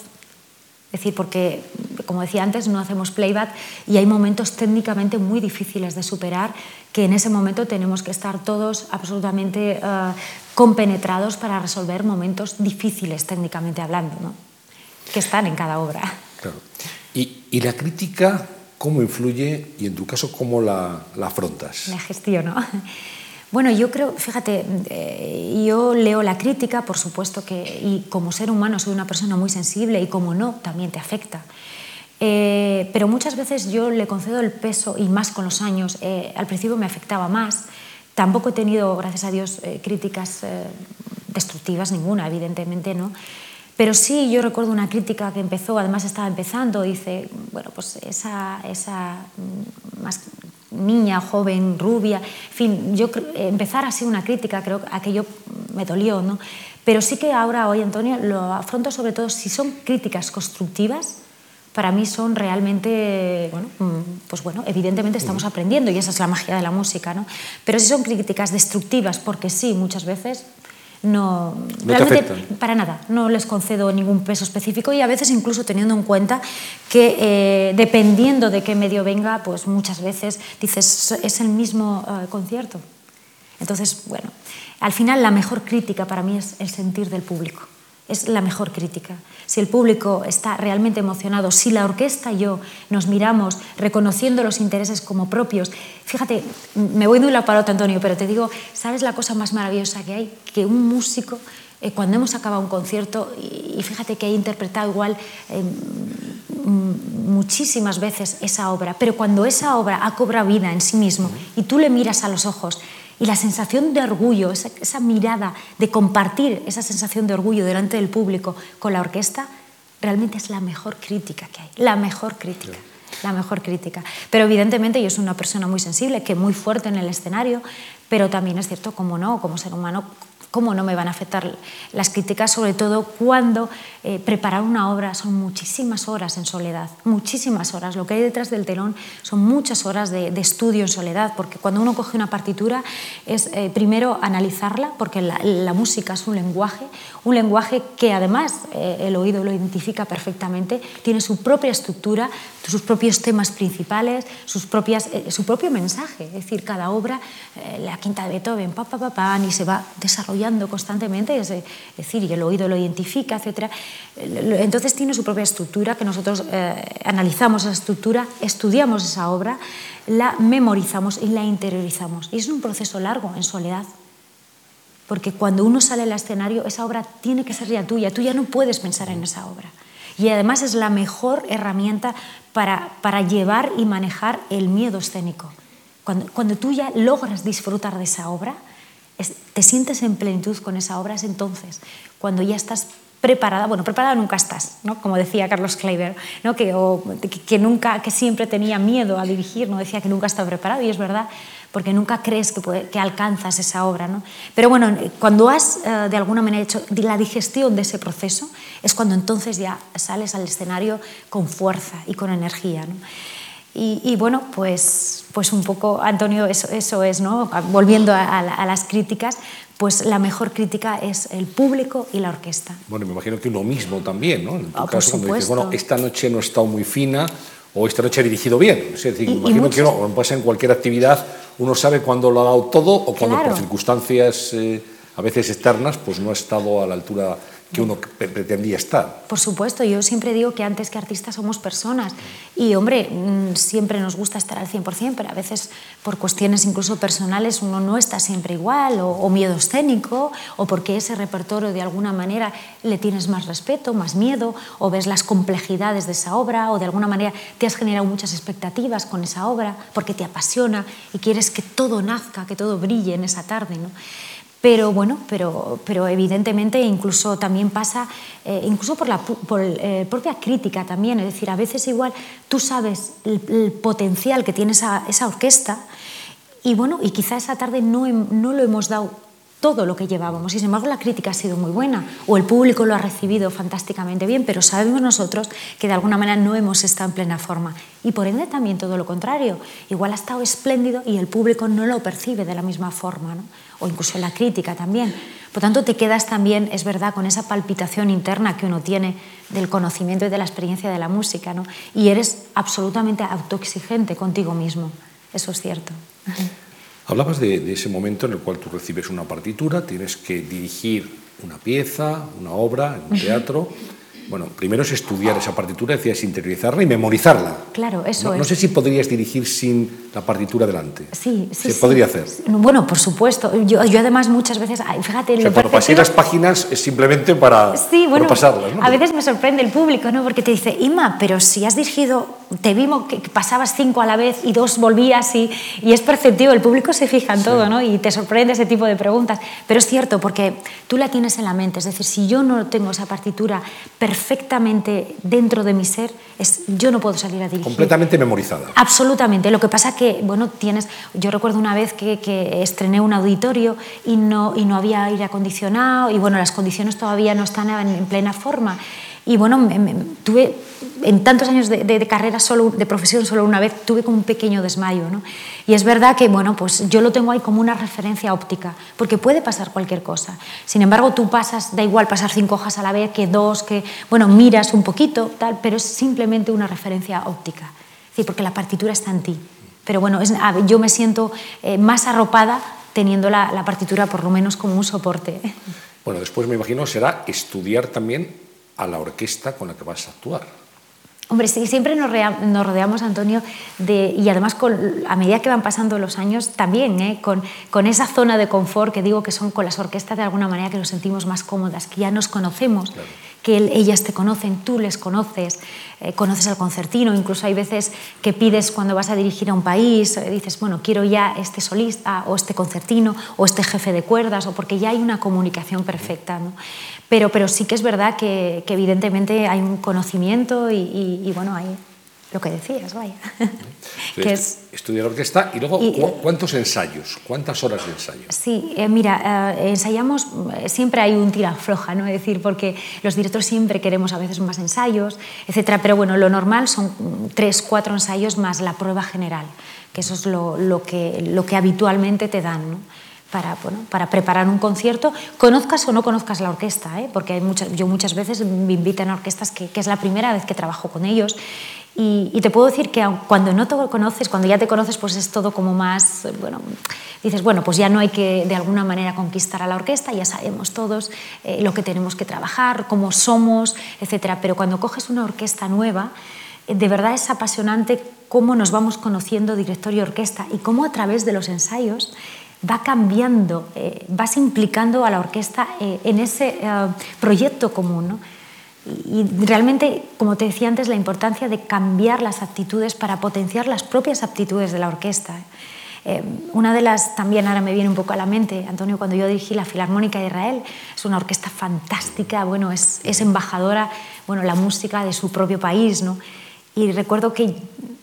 Es decir, porque, como decía antes, no hacemos playback y hay momentos técnicamente muy difíciles de superar que en ese momento tenemos que estar todos absolutamente uh, compenetrados para resolver momentos difíciles técnicamente hablando, ¿no?, que están en cada obra. Claro. ¿Y, y la crítica cómo influye y en tu caso cómo la, la afrontas? La gestiono. Bueno, yo creo, fíjate, eh, yo leo la crítica, por supuesto que, y como ser humano soy una persona muy sensible y como no, también te afecta. Eh, pero muchas veces yo le concedo el peso, y más con los años, eh, al principio me afectaba más. Tampoco he tenido, gracias a Dios, eh, críticas eh, destructivas, ninguna, evidentemente, ¿no? Pero sí, yo recuerdo una crítica que empezó, además estaba empezando, dice, bueno, pues esa, esa más niña, joven, rubia, en fin, yo empezar así una crítica, creo que aquello me dolió, ¿no? Pero sí que ahora, hoy, Antonio, lo afronto sobre todo si son críticas constructivas. Para mí son realmente, bueno, pues bueno, evidentemente estamos aprendiendo y esa es la magia de la música, ¿no? Pero si son críticas destructivas, porque sí, muchas veces, no, no realmente para nada, no les concedo ningún peso específico, y a veces incluso teniendo en cuenta que eh, dependiendo de qué medio venga, pues muchas veces dices, es el mismo uh, concierto. Entonces, bueno, al final la mejor crítica para mí es el sentir del público. Es la mejor crítica. Si el público está realmente emocionado, si la orquesta y yo nos miramos reconociendo los intereses como propios. Fíjate, me voy de un lado para otro, Antonio, pero te digo, ¿sabes la cosa más maravillosa que hay? Que un músico, eh, cuando hemos acabado un concierto, y, y fíjate que he interpretado igual eh, muchísimas veces esa obra, pero cuando esa obra ha cobrado vida en sí mismo y tú le miras a los ojos, y la sensación de orgullo, esa, esa mirada de compartir esa sensación de orgullo delante del público con la orquesta, realmente es la mejor crítica que hay, la mejor crítica, la mejor crítica. Pero evidentemente yo soy una persona muy sensible, que muy fuerte en el escenario, pero también es cierto, como no, como ser humano, cómo no me van a afectar las críticas, sobre todo cuando eh, preparar una obra son muchísimas horas en soledad, muchísimas horas. Lo que hay detrás del telón son muchas horas de, de estudio en soledad, porque cuando uno coge una partitura es eh, primero analizarla, porque la, la música es un lenguaje, un lenguaje que además eh, el oído lo identifica perfectamente, tiene su propia estructura, sus propios temas principales, sus propias, eh, su propio mensaje. Es decir, cada obra, eh, la quinta de Beethoven, pa, pa, pa, pa, y se va desarrollando constantemente, es decir, y el oído lo identifica, etcétera. Entonces tiene su propia estructura, que nosotros eh, analizamos esa estructura, estudiamos esa obra, la memorizamos y la interiorizamos. Y es un proceso largo, en soledad. Porque cuando uno sale al escenario, esa obra tiene que ser ya tuya, tú ya no puedes pensar en esa obra. Y además es la mejor herramienta para, para llevar y manejar el miedo escénico. Cuando, cuando tú ya logras disfrutar de esa obra, es, te sientes en plenitud con esa obra, es entonces cuando ya estás preparada, bueno, preparada nunca estás, ¿no? Como decía Carlos Kleiber, ¿no? que, o, que, que, nunca, que siempre tenía miedo a dirigir, no decía que nunca estaba preparado, y es verdad, porque nunca crees que, puede, que alcanzas esa obra, ¿no? Pero bueno, cuando has eh, de alguna manera hecho la digestión de ese proceso, es cuando entonces ya sales al escenario con fuerza y con energía, ¿no? Y, y bueno, pues, pues un poco, Antonio, eso, eso es, ¿no? Volviendo a, a, a las críticas, pues la mejor crítica es el público y la orquesta. Bueno, me imagino que uno mismo también, ¿no? En tu oh, caso, cuando dices, supuesto. bueno, esta noche no he estado muy fina, o esta noche he dirigido bien. Es decir, y, imagino y muchos... que uno, pasa en cualquier actividad, uno sabe cuándo lo ha dado todo o cuando claro. por circunstancias eh, a veces externas, pues no ha estado a la altura que uno pretendía estar. Por supuesto, yo siempre digo que antes que artistas somos personas y, hombre, siempre nos gusta estar al cien por cien, pero a veces por cuestiones incluso personales uno no está siempre igual, o, o miedo escénico, o porque ese repertorio de alguna manera le tienes más respeto, más miedo, o ves las complejidades de esa obra, o de alguna manera te has generado muchas expectativas con esa obra porque te apasiona y quieres que todo nazca, que todo brille en esa tarde, ¿no? Pero bueno, pero, pero evidentemente incluso también pasa, eh, incluso por la por, eh, propia crítica también, es decir, a veces igual tú sabes el, el potencial que tiene esa, esa orquesta y bueno, y quizá esa tarde no, no lo hemos dado todo lo que llevábamos y sin embargo la crítica ha sido muy buena o el público lo ha recibido fantásticamente bien, pero sabemos nosotros que de alguna manera no hemos estado en plena forma y por ende también todo lo contrario, igual ha estado espléndido y el público no lo percibe de la misma forma, ¿no? O incluso la crítica también. Por tanto, te quedas también, es verdad, con esa palpitación interna que uno tiene del conocimiento y de la experiencia de la música, ¿no? Y eres absolutamente autoexigente contigo mismo, eso es cierto. Hablabas de, de ese momento en el cual tú recibes una partitura, tienes que dirigir una pieza, una obra, en un teatro. Bueno, primero es estudiar esa partitura, decías interiorizarla y memorizarla. Claro, eso no, es. No sé si podrías dirigir sin la partitura delante. Sí, sí. ¿Se sí. podría hacer? Bueno, por supuesto. Yo, yo además muchas veces, fíjate... O sea, cuando pasé las páginas es simplemente para, sí, bueno, para pasarlas, ¿no? A veces me sorprende el público, ¿no? Porque te dice, Inma, pero si has dirigido, te vimos que pasabas cinco a la vez y dos volvías y, y es perceptivo, el público se fija en sí. todo, ¿no? Y te sorprende ese tipo de preguntas. Pero es cierto, porque tú la tienes en la mente. Es decir, si yo no tengo esa partitura perfectamente dentro de mi ser, es, yo no puedo salir a dirigir. Completamente memorizada. Absolutamente. Lo que pasa que, bueno, tienes... Yo recuerdo una vez que, que estrené un auditorio y no, y no había aire acondicionado y, bueno, las condiciones todavía no están en, en plena forma. Y, bueno, me, me, tuve... En tantos años de, de, de carrera, solo, de profesión, solo una vez, tuve como un pequeño desmayo, ¿no? Y es verdad que, bueno, pues yo lo tengo ahí como una referencia óptica, porque puede pasar cualquier cosa. Sin embargo, tú pasas, da igual pasar cinco hojas a la vez que dos, que, bueno, miras un poquito, tal, pero es simplemente una referencia óptica. Es decir, porque la partitura está en ti. Pero bueno, es, yo me siento eh, más arropada teniendo la, la partitura por lo menos como un soporte. Bueno, después me imagino será estudiar también a la orquesta con la que vas a actuar. Hombre, sí, siempre nos, rea, nos rodeamos, Antonio, de, y además con, a medida que van pasando los años también, ¿eh? con, con esa zona de confort que digo que son con las orquestas de alguna manera que nos sentimos más cómodas, que ya nos conocemos, claro. que él, ellas te conocen, tú les conoces, eh, conoces al concertino, incluso hay veces que pides cuando vas a dirigir a un país, eh, dices, bueno, quiero ya este solista o este concertino o este jefe de cuerdas, o porque ya hay una comunicación perfecta, ¿no? Pero, pero sí que es verdad que, que evidentemente hay un conocimiento y, y, y bueno, hay lo que decías, vaya. que es... Estudiar orquesta y luego, y, ¿cuántos ensayos? ¿Cuántas horas de ensayo? Sí, eh, mira, eh, ensayamos, siempre hay un tira floja, ¿no? Es decir, porque los directores siempre queremos a veces más ensayos, etcétera, pero bueno, lo normal son tres, cuatro ensayos más la prueba general, que eso es lo, lo, que, lo que habitualmente te dan, ¿no? Para, bueno, para preparar un concierto, conozcas o no conozcas la orquesta, ¿eh? Porque hay muchas, yo muchas veces me invitan a orquestas que, que es la primera vez que trabajo con ellos y, y te puedo decir que cuando no te conoces, cuando ya te conoces, pues es todo como más, bueno, dices, bueno, pues ya no hay que de alguna manera conquistar a la orquesta, ya sabemos todos eh, lo que tenemos que trabajar, cómo somos, etcétera. Pero cuando coges una orquesta nueva, de verdad es apasionante cómo nos vamos conociendo director y orquesta y cómo a través de los ensayos va cambiando, eh, vas implicando a la orquesta eh, en ese eh, proyecto común, ¿no? Y, y realmente, como te decía antes, la importancia de cambiar las actitudes para potenciar las propias aptitudes de la orquesta. Eh, una de las, también ahora me viene un poco a la mente, Antonio, cuando yo dirigí la Filarmónica de Israel, es una orquesta fantástica, bueno, es, es embajadora, bueno, la música de su propio país, ¿no? Y recuerdo que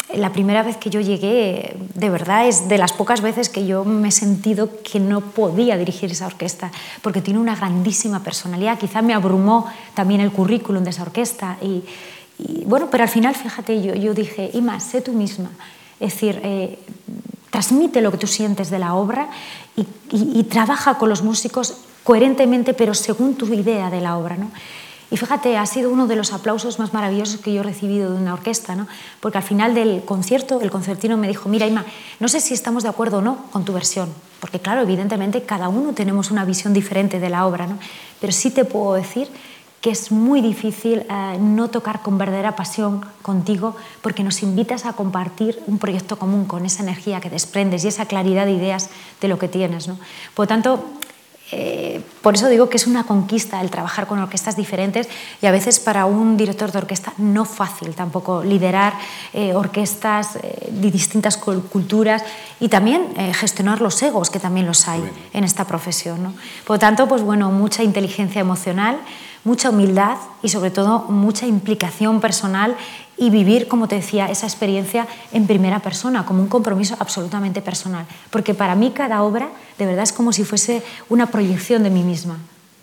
la primera vez que yo llegué, de verdad, es de las pocas veces que yo me he sentido que no podía dirigir esa orquesta, porque tiene una grandísima personalidad. Quizá me abrumó también el currículum de esa orquesta. Y, y bueno, pero al final, fíjate, yo, yo dije, Ima, sé tú misma. Es decir, eh, transmite lo que tú sientes de la obra y, y, y trabaja con los músicos coherentemente, pero según tu idea de la obra, ¿no? Y fíjate, ha sido uno de los aplausos más maravillosos que yo he recibido de una orquesta, ¿no? Porque al final del concierto, el concertino me dijo, mira, Ima, no sé si estamos de acuerdo o no con tu versión, porque claro, evidentemente cada uno tenemos una visión diferente de la obra, ¿no? Pero sí te puedo decir que es muy difícil eh, no tocar con verdadera pasión contigo, porque nos invitas a compartir un proyecto común con esa energía que desprendes y esa claridad de ideas de lo que tienes, ¿no? Por lo tanto, Eh, por eso digo que es una conquista el trabajar con orquestas diferentes y a veces para un director de orquesta no fácil tampoco liderar eh, orquestas eh, de distintas culturas y también eh, gestionar los egos, que también los hay en esta profesión, ¿no? Por lo tanto, pues bueno, mucha inteligencia emocional, mucha humildad y sobre todo mucha implicación personal y vivir, como te decía, esa experiencia en primera persona, como un compromiso absolutamente personal. Porque para mí cada obra, de verdad, es como si fuese una proyección de mí misma.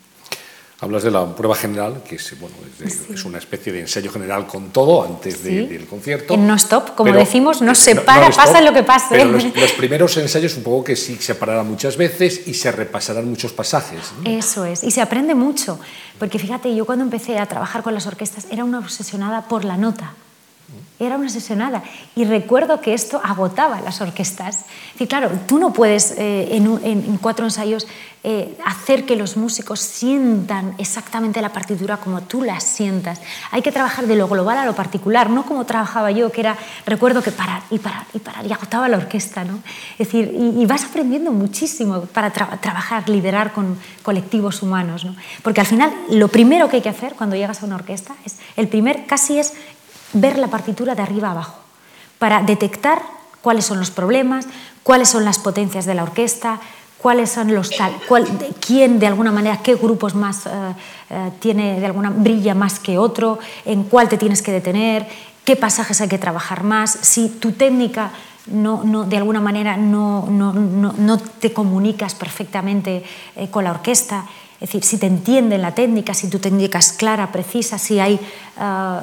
Hablas de la prueba general, que es, bueno, es, de, sí. es una especie de ensayo general con todo antes de, sí. del concierto. En no stop, como pero, decimos, no se para, no, no pasa lo que pase. Pero los, los primeros ensayos un poco que sí se pararán muchas veces y se repasarán muchos pasajes, ¿no? Eso es, y se aprende mucho. Porque fíjate, yo cuando empecé a trabajar con las orquestas era una obsesionada por la nota. Era una obsesionada. Y recuerdo que esto agotaba las orquestas. Y claro, tú no puedes eh, en, un, en cuatro ensayos eh, hacer que los músicos sientan exactamente la partitura como tú la sientas. Hay que trabajar de lo global a lo particular, no como trabajaba yo, que era, recuerdo que parar y parar y parar y agotaba la orquesta, ¿no? Es decir, y, y vas aprendiendo muchísimo para tra trabajar, liderar con colectivos humanos, ¿no? Porque al final lo primero que hay que hacer cuando llegas a una orquesta es, el primer casi es ver la partitura de arriba a abajo, para detectar cuáles son los problemas, cuáles son las potencias de la orquesta, cuáles son los tal, cuál, de, quién de alguna manera, qué grupos más eh, eh, tiene de alguna brilla más que otro, en cuál te tienes que detener, qué pasajes hay que trabajar más, si tu técnica no, no, de alguna manera no, no, no, no te comunicas perfectamente eh, con la orquesta. Es decir, si te entienden la técnica, si tu técnica es clara, precisa, si hay uh,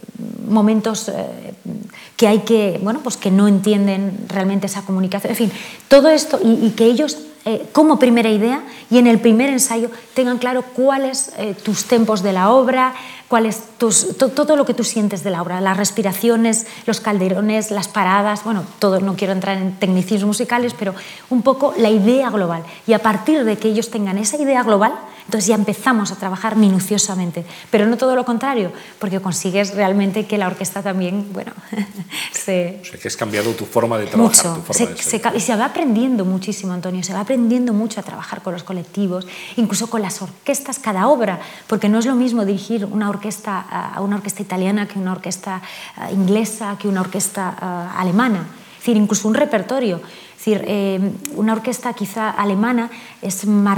momentos eh, que hay que, bueno, pues que no entienden realmente esa comunicación. En fin, todo esto y, y que ellos, eh, como primera idea y en el primer ensayo, tengan claro cuáles eh, tus tempos de la obra, cuáles tus, to, todo lo que tú sientes de la obra, las respiraciones, los calderones, las paradas, bueno, todo, no quiero entrar en tecnicismos musicales, pero un poco la idea global. Y a partir de que ellos tengan esa idea global, entonces ya empezamos a trabajar minuciosamente, pero no todo lo contrario, porque consigues realmente que la orquesta también, bueno, se... O sea, que has cambiado tu forma de trabajar. Mucho. Tu forma se, de ser. Se, y se va aprendiendo muchísimo, Antonio, se va aprendiendo mucho a trabajar con los colectivos, incluso con las orquestas, cada obra, porque no es lo mismo dirigir una orquesta a una orquesta italiana que una orquesta uh, inglesa, que una orquesta uh, alemana. Es decir, incluso un repertorio. Es decir, eh, una orquesta quizá alemana es mar,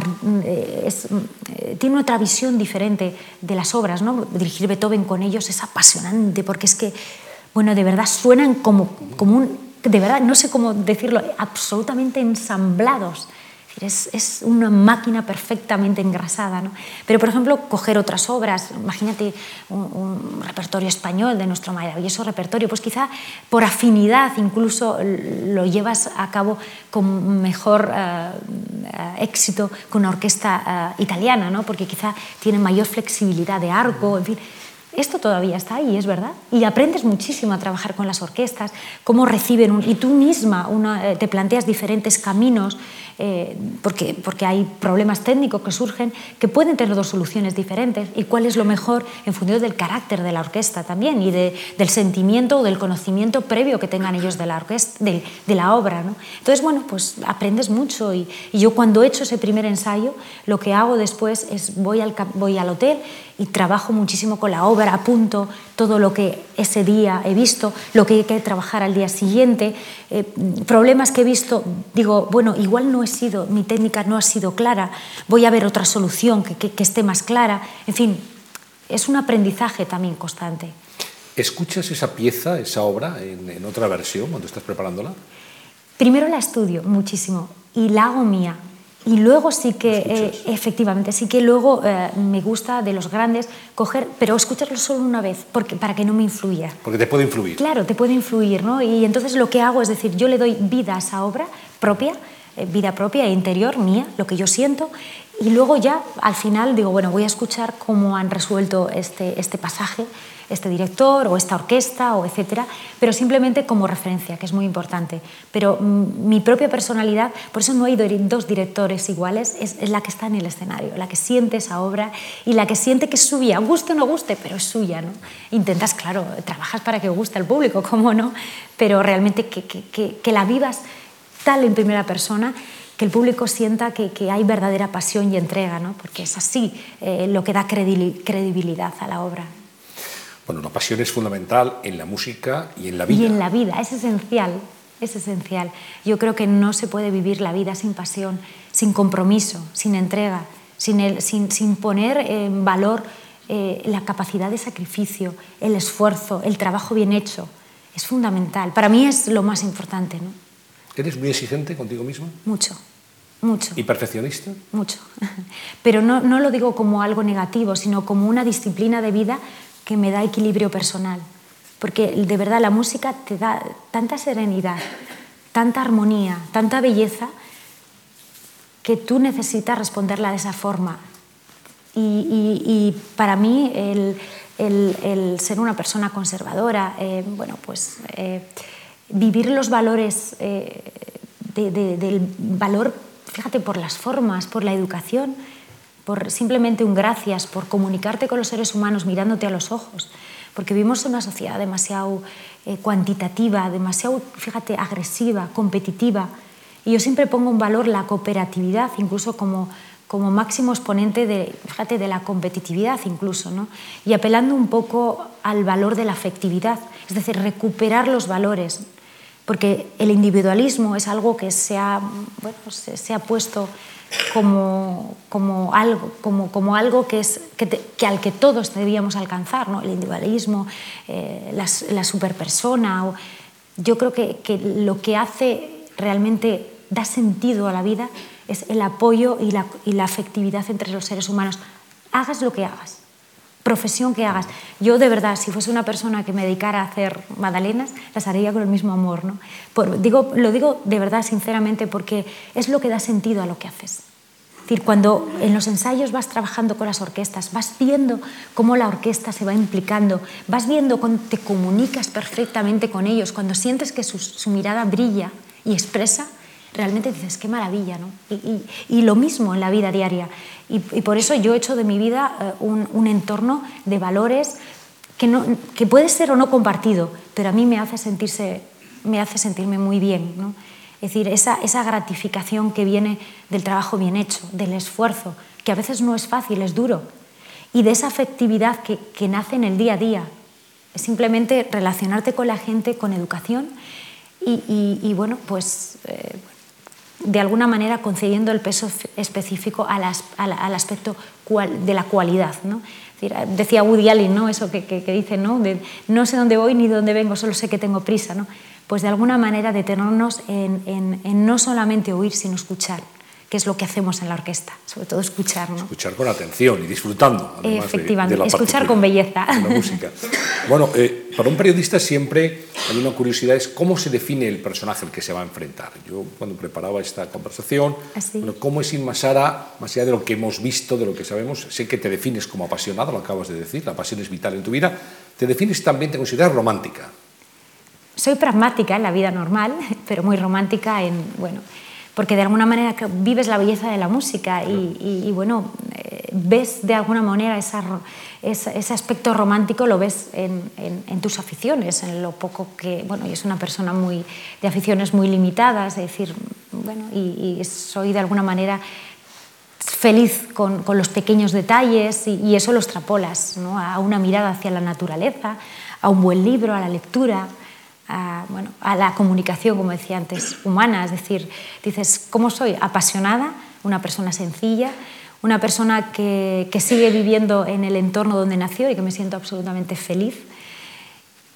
es, eh, tiene otra visión diferente de las obras, ¿no? Dirigir Beethoven con ellos es apasionante porque es que, bueno, de verdad suenan como, como un, de verdad, no sé cómo decirlo, absolutamente ensamblados. Es, es una máquina perfectamente engrasada, ¿no? Pero, por ejemplo, coger otras obras, imagínate un, un repertorio español de nuestro maravilloso repertorio, pues quizá por afinidad incluso lo llevas a cabo con mejor uh, éxito que una orquesta uh, italiana, ¿no? Porque quizá tiene mayor flexibilidad de arco, en fin. Esto todavía está ahí, es verdad, y aprendes muchísimo a trabajar con las orquestas, cómo reciben, un, y tú misma una, eh, te planteas diferentes caminos, eh, porque, porque hay problemas técnicos que surgen que pueden tener dos soluciones diferentes, y cuál es lo mejor en función del carácter de la orquesta también, y de, del sentimiento o del conocimiento previo que tengan ellos de la, orquesta, de, de la obra, ¿no? Entonces, bueno, pues aprendes mucho, y, y yo cuando he hecho ese primer ensayo, lo que hago después es voy al, voy al hotel y trabajo muchísimo con la obra, apunto todo lo que ese día he visto, lo que hay que trabajar al día siguiente, eh, problemas que he visto, digo, bueno, igual no he sido, mi técnica no ha sido clara, voy a ver otra solución que, que, que esté más clara, en fin, es un aprendizaje también constante. ¿Escuchas esa pieza, esa obra, en, en otra versión cuando estás preparándola? Primero la estudio muchísimo y la hago mía. Y luego sí que, eh, efectivamente, sí que luego eh, me gusta de los grandes coger, pero escucharlo solo una vez, porque, para que no me influya. Porque te puede influir. Claro, te puede influir, ¿no? Y entonces lo que hago es decir, yo le doy vida a esa obra propia, eh, vida propia e interior, mía, lo que yo siento, y luego ya al final digo, bueno, voy a escuchar cómo han resuelto este, este pasaje, este director o esta orquesta o etcétera, pero simplemente como referencia, que es muy importante. Pero mm, mi propia personalidad, por eso no hay dos directores iguales, es, es la que está en el escenario, la que siente esa obra y la que siente que es suya, guste o no guste, pero es suya, ¿no? Intentas, claro, trabajas para que guste al público, cómo no, pero realmente que, que, que, que la vivas tal en primera persona que el público sienta que, que hay verdadera pasión y entrega, ¿no? Porque es así eh, lo que da credibilidad a la obra. Bueno, la pasión es fundamental en la música y en la vida. Y en la vida, es esencial, es esencial. Yo creo que no se puede vivir la vida sin pasión, sin compromiso, sin entrega, sin, el, sin, sin poner en valor eh, la capacidad de sacrificio, el esfuerzo, el trabajo bien hecho. Es fundamental. Para mí es lo más importante, ¿no? ¿Eres muy exigente contigo misma? Mucho, mucho. ¿Y perfeccionista? Mucho. Pero no, no lo digo como algo negativo, sino como una disciplina de vida que me da equilibrio personal, porque de verdad la música te da tanta serenidad, tanta armonía, tanta belleza, que tú necesitas responderla de esa forma. Y, y, y para mí el, el, el ser una persona conservadora, eh, bueno, pues eh, vivir los valores, eh, de, de, del valor, fíjate, por las formas, por la educación, por simplemente un gracias, por comunicarte con los seres humanos mirándote a los ojos, porque vivimos en una sociedad demasiado eh, cuantitativa, demasiado, fíjate, agresiva, competitiva, y yo siempre pongo en valor la cooperatividad, incluso como, como máximo exponente de, fíjate, de la competitividad incluso, ¿no? Y apelando un poco al valor de la afectividad, es decir, recuperar los valores, porque el individualismo es algo que se ha, bueno, se, se ha puesto Como, como, algo, como, como algo que es, que te, que al que todos debíamos alcanzar, ¿no? El individualismo, eh, la, la superpersona. O, yo creo que, que lo que hace realmente da sentido a la vida es el apoyo y la, y la afectividad entre los seres humanos. Hagas lo que hagas, profesión que hagas. Yo, de verdad, si fuese una persona que me dedicara a hacer magdalenas, las haría con el mismo amor, ¿no? Por, digo, lo digo de verdad, sinceramente, porque es lo que da sentido a lo que haces. Es decir, cuando en los ensayos vas trabajando con las orquestas, vas viendo cómo la orquesta se va implicando, vas viendo cómo te comunicas perfectamente con ellos, cuando sientes que su, su mirada brilla y expresa, realmente dices, qué maravilla, ¿no? Y, y, y lo mismo en la vida diaria. Y, y por eso yo he hecho de mi vida eh, un, un entorno de valores que, no, que puede ser o no compartido, pero a mí me hace, sentirse, me hace sentirme muy bien, ¿no? Es decir, esa, esa gratificación que viene del trabajo bien hecho, del esfuerzo, que a veces no es fácil, es duro, y de esa afectividad que, que nace en el día a día. Es simplemente relacionarte con la gente con educación y, y, y bueno, pues eh, de alguna manera concediendo el peso específico a las, a la, al aspecto cual, de la cualidad, ¿no? Es decir, decía Woody Allen, ¿no? Eso que, que, que dice, ¿no? De, no sé dónde voy ni de dónde vengo, solo sé que tengo prisa, ¿no? Pues de alguna manera detenernos en, en, en no solamente oír, sino escuchar, que es lo que hacemos en la orquesta, sobre todo escuchar, ¿no? Escuchar con atención y disfrutando, además, efectivamente, de, de la escuchar con belleza. De la música. Bueno, eh, para un periodista siempre hay una curiosidad, es cómo se define el personaje al que se va a enfrentar. Yo cuando preparaba esta conversación, bueno, ¿cómo es Inma Sara, más allá de lo que hemos visto, de lo que sabemos? Sé que te defines como apasionada, lo acabas de decir, la pasión es vital en tu vida. ¿Te defines también, te consideras romántica? Soy pragmática en la vida normal, pero muy romántica en, bueno, porque de alguna manera vives la belleza de la música y, y, y bueno, eh, ves de alguna manera esa, esa, ese aspecto romántico, lo ves en, en, en tus aficiones, en lo poco que, bueno, yo soy una persona muy, de aficiones muy limitadas, es decir, bueno, y, y soy de alguna manera feliz con, con los pequeños detalles y, y eso lo extrapolas, ¿no? A una mirada hacia la naturaleza, a un buen libro, a la lectura, A, bueno, a la comunicación, como decía antes, humana. Es decir, dices, ¿cómo soy? Apasionada, una persona sencilla, una persona que, que sigue viviendo en el entorno donde nació y que me siento absolutamente feliz.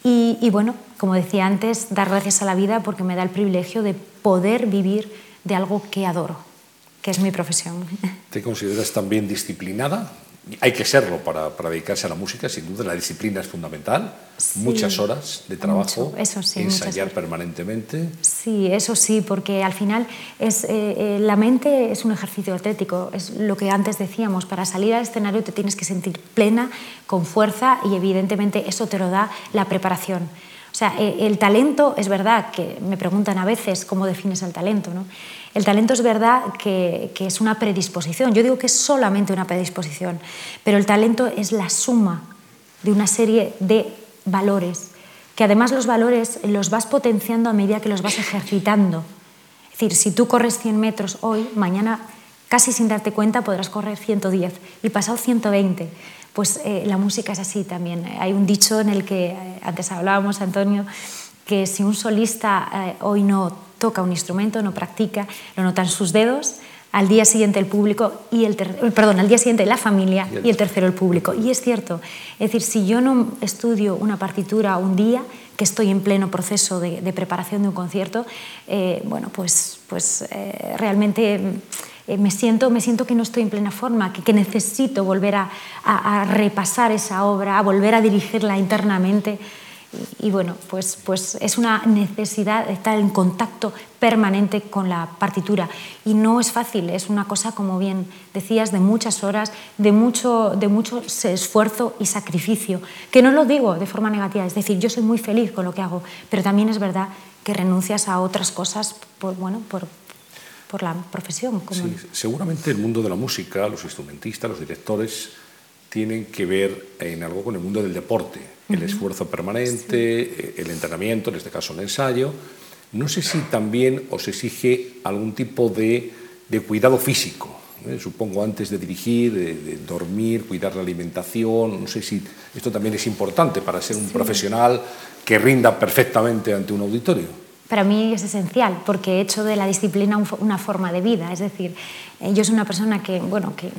Y, y bueno, como decía antes, dar gracias a la vida porque me da el privilegio de poder vivir de algo que adoro, que es mi profesión. ¿Te consideras también disciplinada? Hay que serlo para, para dedicarse a la música, sin duda. La disciplina es fundamental. Sí, muchas horas de trabajo, mucho, eso sí, ensayar permanentemente. Sí, eso sí, porque al final es, eh, eh, la mente es un ejercicio atlético. Es lo que antes decíamos, para salir al escenario te tienes que sentir plena, con fuerza, y evidentemente eso te lo da la preparación. O sea, eh, el talento, es verdad que me preguntan a veces cómo defines el talento, ¿no? El talento es verdad que, que es una predisposición. Yo digo que es solamente una predisposición, pero el talento es la suma de una serie de valores, que además los valores los vas potenciando a medida que los vas ejercitando. Es decir, si tú corres cien metros hoy, mañana casi sin darte cuenta podrás correr ciento diez y pasado ciento veinte. Pues eh, la música es así también. Hay un dicho en el que, eh, antes hablábamos, Antonio, que si un solista eh, hoy no toca un instrumento, no practica, lo notan sus dedos, al día siguiente el público y el ter perdón, al día siguiente la familia y el tercero el público. Y es cierto, es decir, si yo no estudio una partitura un día, que estoy en pleno proceso de, de preparación de un concierto, eh, bueno, pues, pues eh, realmente eh, me, siento, me siento que no estoy en plena forma, que, que necesito volver a, a, a repasar esa obra, a volver a dirigirla internamente. Y, y bueno, pues, pues es una necesidad de estar en contacto permanente con la partitura. Y no es fácil, es una cosa, como bien decías, de muchas horas, de mucho, de mucho esfuerzo y sacrificio. Que no lo digo de forma negativa, es decir, yo soy muy feliz con lo que hago, pero también es verdad que renuncias a otras cosas por, bueno, por, por la profesión. Como... Sí, seguramente el mundo de la música, los instrumentistas, los directores, tienen que ver en algo con el mundo del deporte, el uh-huh. esfuerzo permanente, sí. el entrenamiento, en este caso el ensayo. No sé si también os exige algún tipo de, de cuidado físico, ¿eh? Supongo antes de dirigir, de, de dormir, cuidar la alimentación. No sé si esto también es importante para ser un sí. profesional que rinda perfectamente ante un auditorio. Para mí es esencial, porque he hecho de la disciplina una forma de vida. Es decir, yo soy una persona que, bueno, que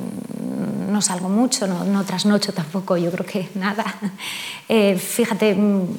no salgo mucho, no, no trasnocho tampoco, yo creo que nada. Eh, fíjate,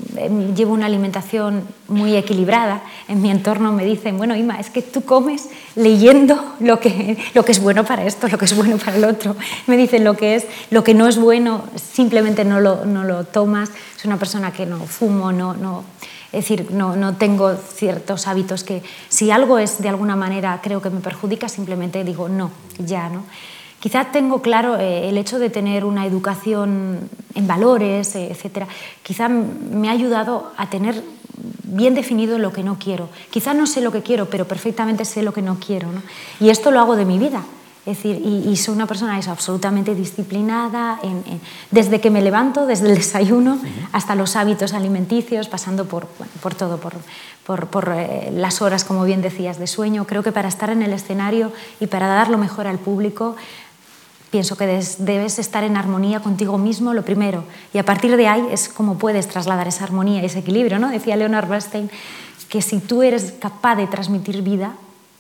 llevo una alimentación muy equilibrada. En mi entorno me dicen, bueno, Ima, es que tú comes leyendo lo que, lo que es bueno para esto, lo que es bueno para el otro. Me dicen lo que es, lo que no es bueno, simplemente no lo, no lo tomas. Soy una persona que no fumo, no... no Es decir, no, no tengo ciertos hábitos que, si algo es de alguna manera, creo que me perjudica, simplemente digo no, ya, ¿no? Quizá tengo claro eh, el hecho de tener una educación en valores, eh, etcétera. Quizá me ha ayudado a tener bien definido lo que no quiero. Quizá no sé lo que quiero, pero perfectamente sé lo que no quiero, ¿no? Y esto lo hago de mi vida. Es decir, y, y soy una persona eso, absolutamente disciplinada, en, en, desde que me levanto, desde el desayuno hasta los hábitos alimenticios, pasando por, bueno, por todo, por, por, por eh, las horas, como bien decías, de sueño. Creo que para estar en el escenario y para dar lo mejor al público, pienso que des, debes estar en armonía contigo mismo, lo primero, y a partir de ahí es como puedes trasladar esa armonía y ese equilibrio, ¿no? Decía Leonard Bernstein que si tú eres capaz de transmitir vida,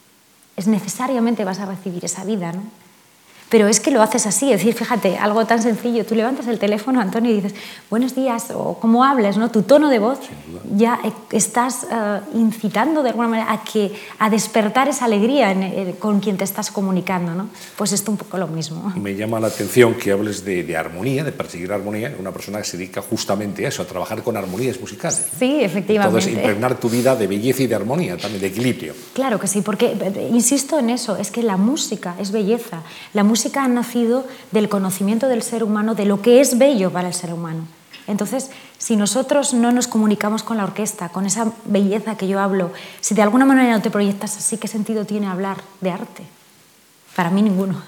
es necesariamente vas a recibir esa vida, ¿no? Pero es que lo haces así, es decir, fíjate, algo tan sencillo, tú levantas el teléfono, Antonio, y dices, buenos días, o cómo hablas, ¿no? Tu tono de voz, ya estás uh, incitando de alguna manera a, que, a despertar esa alegría en, en, con quien te estás comunicando, ¿no? Pues esto un poco lo mismo. Me llama la atención que hables de, de armonía, de perseguir armonía, una persona que se dedica justamente a eso, a trabajar con armonías musicales, ¿no? Sí, efectivamente. Entonces, impregnar tu vida de belleza y de armonía, también de equilibrio. Claro que sí, porque, insisto en eso, es que la música es belleza, la música La música ha nacido del conocimiento del ser humano, de lo que es bello para el ser humano. Entonces, si nosotros no nos comunicamos con la orquesta, con esa belleza que yo hablo, si de alguna manera no te proyectas así, ¿qué sentido tiene hablar de arte? Para mí ninguno.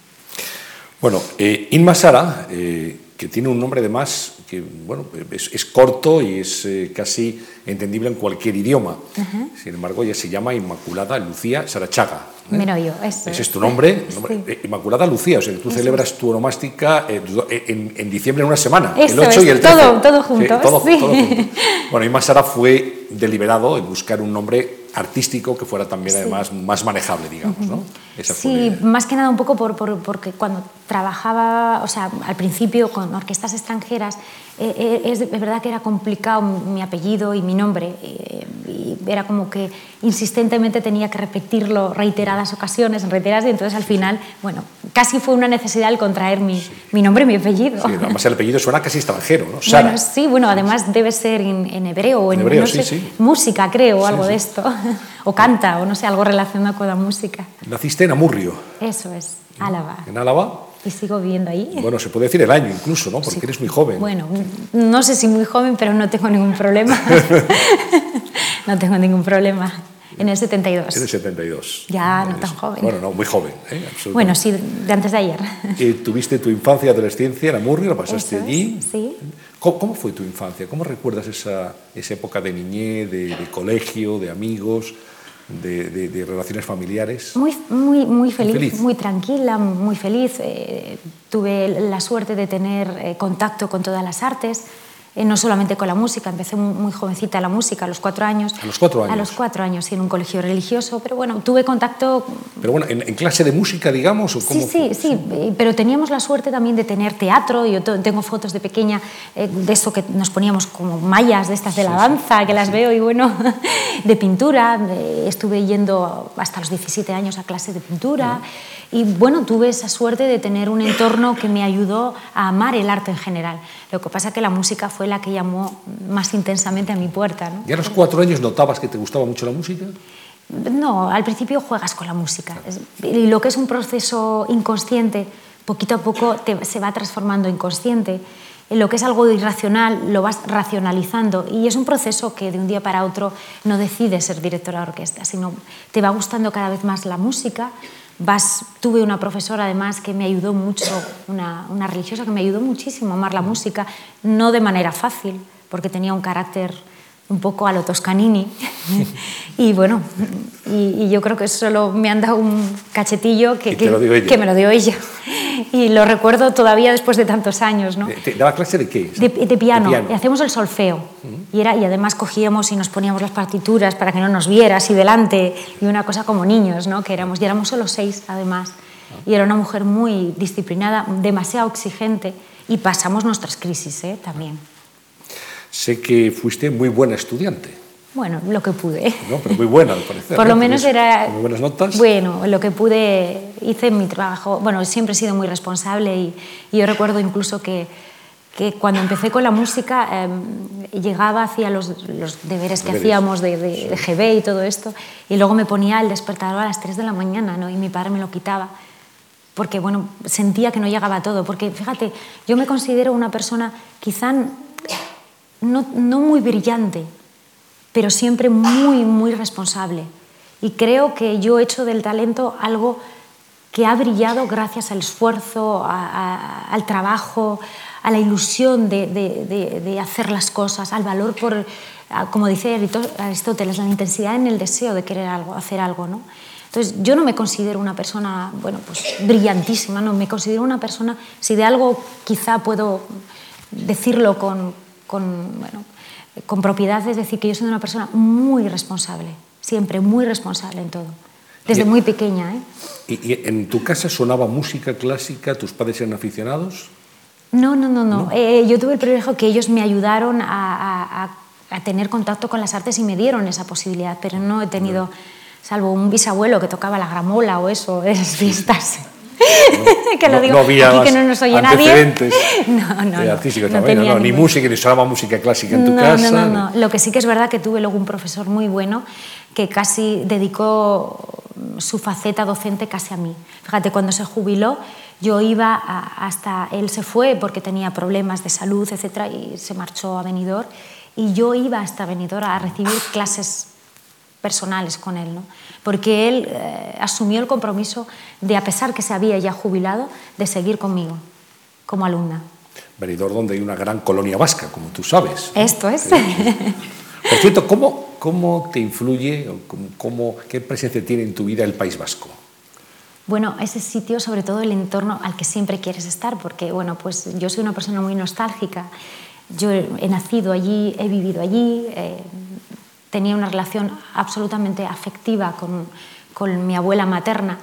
Bueno, eh, Inma Sara, eh, que tiene un nombre además que bueno, es, es corto y es eh, casi entendible en cualquier idioma. Uh-huh. Sin embargo, ella se llama Inmaculada Lucía Sarachaga. ¿eh? Mira yo, eso. Ese es tu nombre, nombre sí. Inmaculada Lucía, o sea, que tú eso celebras es. tu onomástica eh, en, en diciembre en una semana, eso el ocho es, y el trece. Todo, todo junto. Sí, todo, sí. todo junto. Bueno, Inma Sara fue deliberado en buscar un nombre artístico que fuera también, sí. además, más manejable, digamos, uh-huh. ¿no? Esa sí, fue... más que nada un poco por, por, porque cuando trabajaba, o sea, al principio con orquestas extranjeras, eh, es, es verdad que era complicado mi apellido y mi nombre, eh, y era como que insistentemente tenía que repetirlo reiteradas ocasiones, reiteradas, y entonces al final, bueno, casi fue una necesidad el contraer mi, sí. mi nombre y mi apellido. Sí, además el apellido suena casi extranjero, ¿no? Sara. Bueno, sí, bueno, además debe ser en, en hebreo o en, en hebreo, no sí, sé, sí. música, creo, o sí, algo sí. de esto, o canta, o no sé, algo relacionado con la música. Naciste en Amurrio. Eso es, Álava. En Álava. Y sigo viviendo ahí. Bueno, se puede decir el año incluso, ¿no? Porque sí. eres muy joven. Bueno, no sé si muy joven, pero no tengo ningún problema. No tengo ningún problema. En el setenta y dos. En el setenta y dos. Ya, no tan joven. Bueno, no, muy joven, ¿eh? Absolutamente. Bueno, sí, de antes de ayer. ¿Y tuviste tu infancia y adolescencia en Amurrio? ¿La pasaste Eso allí? Es, sí. ¿Cómo, ¿Cómo fue tu infancia? ¿Cómo recuerdas esa, esa época de niñez, de, de colegio, de amigos, de, de, de relaciones familiares? Muy, muy, muy, feliz, muy feliz, muy tranquila, muy feliz. Eh, tuve la suerte de tener eh, contacto con todas las artes. Eh, no solamente con la música, empecé muy, muy jovencita la música, a los cuatro años. ¿A los cuatro años? A los cuatro años, sí, en un colegio religioso, pero bueno, tuve contacto... Pero bueno, ¿en, en clase de música, digamos? ¿O cómo sí, sí, sí, sí, pero teníamos la suerte también de tener teatro. Yo tengo fotos de pequeña eh, de esto que nos poníamos como mallas de estas de la sí, danza, sí, que las sí. veo, y bueno, de pintura. Eh, estuve yendo hasta los diecisiete años a clase de pintura. Uh-huh. Y bueno, tuve esa suerte de tener un entorno que me ayudó a amar el arte en general. Lo que pasa es que la música fue la que llamó más intensamente a mi puerta, ¿no? ¿Y a los cuatro años notabas que te gustaba mucho la música? No, al principio juegas con la música. Y lo que es un proceso inconsciente, poquito a poco te, se va transformando en consciente. Lo que es algo irracional lo vas racionalizando, y es un proceso que de un día para otro no decides ser directora de orquesta, sino te va gustando cada vez más la música. Vas, tuve una profesora además que me ayudó mucho, una, una religiosa que me ayudó muchísimo a amar la música, no de manera fácil, porque tenía un carácter un poco a lo Toscanini. Y bueno, y, y yo creo que solo me han dado un cachetillo que, que, que me lo dio ella. Y lo recuerdo todavía después de tantos años, ¿no? ¿Te daba clase de qué? De, de, piano. de piano. Hacemos el solfeo. Uh-huh. Y, era, y además cogíamos y nos poníamos las partituras para que no nos viera así delante. Y una cosa como niños, ¿no? Que éramos, y éramos solo seis, además. Uh-huh. Y era una mujer muy disciplinada, demasiado exigente. Y pasamos nuestras crisis, ¿eh? También. Sé que fuiste muy buena estudiante. Bueno, lo que pude. No, pero muy buena, al parecer. Por lo ¿no? menos era... Muy buenas notas. Bueno, lo que pude, hice mi trabajo. Bueno, siempre he sido muy responsable, y, y yo recuerdo incluso que, que cuando empecé con la música eh, llegaba, hacía los, los deberes que deberes. hacíamos de, de, sí. de G B y todo esto, y luego me ponía el despertador a las tres de la mañana, ¿no? Y mi padre me lo quitaba, porque bueno, sentía que no llegaba a todo. Porque fíjate, yo me considero una persona quizá no, no muy brillante, pero siempre muy, muy responsable. Y creo que yo he hecho del talento algo que ha brillado gracias al esfuerzo, a, a, al trabajo, a la ilusión de, de, de, de hacer las cosas, al valor por, a, como dice Aristóteles, la intensidad en el deseo de querer algo, hacer algo, ¿no? Entonces, yo no me considero una persona, bueno, pues brillantísima, no, me considero una persona, si de algo quizá puedo decirlo con, con bueno, con propiedad, es decir, que yo soy una persona muy responsable, siempre muy responsable en todo, desde muy pequeña. ¿eh? ¿Y, ¿Y en tu casa sonaba música clásica? ¿Tus padres eran aficionados? No, no, no, no. ¿No? Eh, yo tuve el privilegio que ellos me ayudaron a, a, a tener contacto con las artes y me dieron esa posibilidad, pero no he tenido, no. salvo un bisabuelo que tocaba la gramola o eso, en las fiestas. No, que lo no, digo no había aquí que no nos oye antecedentes nadie. No, no, de artísticos no, también, no, no, ni música, ni sonaba música clásica en tu no, casa. No, no, no. Lo que sí que es verdad que tuve luego un profesor muy bueno que casi dedicó su faceta docente casi a mí. Fíjate, cuando se jubiló, yo iba a, hasta... Él se fue porque tenía problemas de salud, etcétera, y se marchó a Benidorm, y yo iba hasta Benidorm a recibir clases personales con él, ¿no? Porque él eh, asumió el compromiso de, a pesar que se había ya jubilado, de seguir conmigo como alumna. Benidorm, donde hay una gran colonia vasca, como tú sabes. Esto es. Por cierto, ¿cómo, cómo te influye, o cómo, cómo, qué presencia tiene en tu vida el País Vasco? Bueno, ese sitio, sobre todo el entorno al que siempre quieres estar, porque bueno, pues yo soy una persona muy nostálgica. Yo he nacido allí, he vivido allí, eh, tenía una relación absolutamente afectiva con, con mi abuela materna,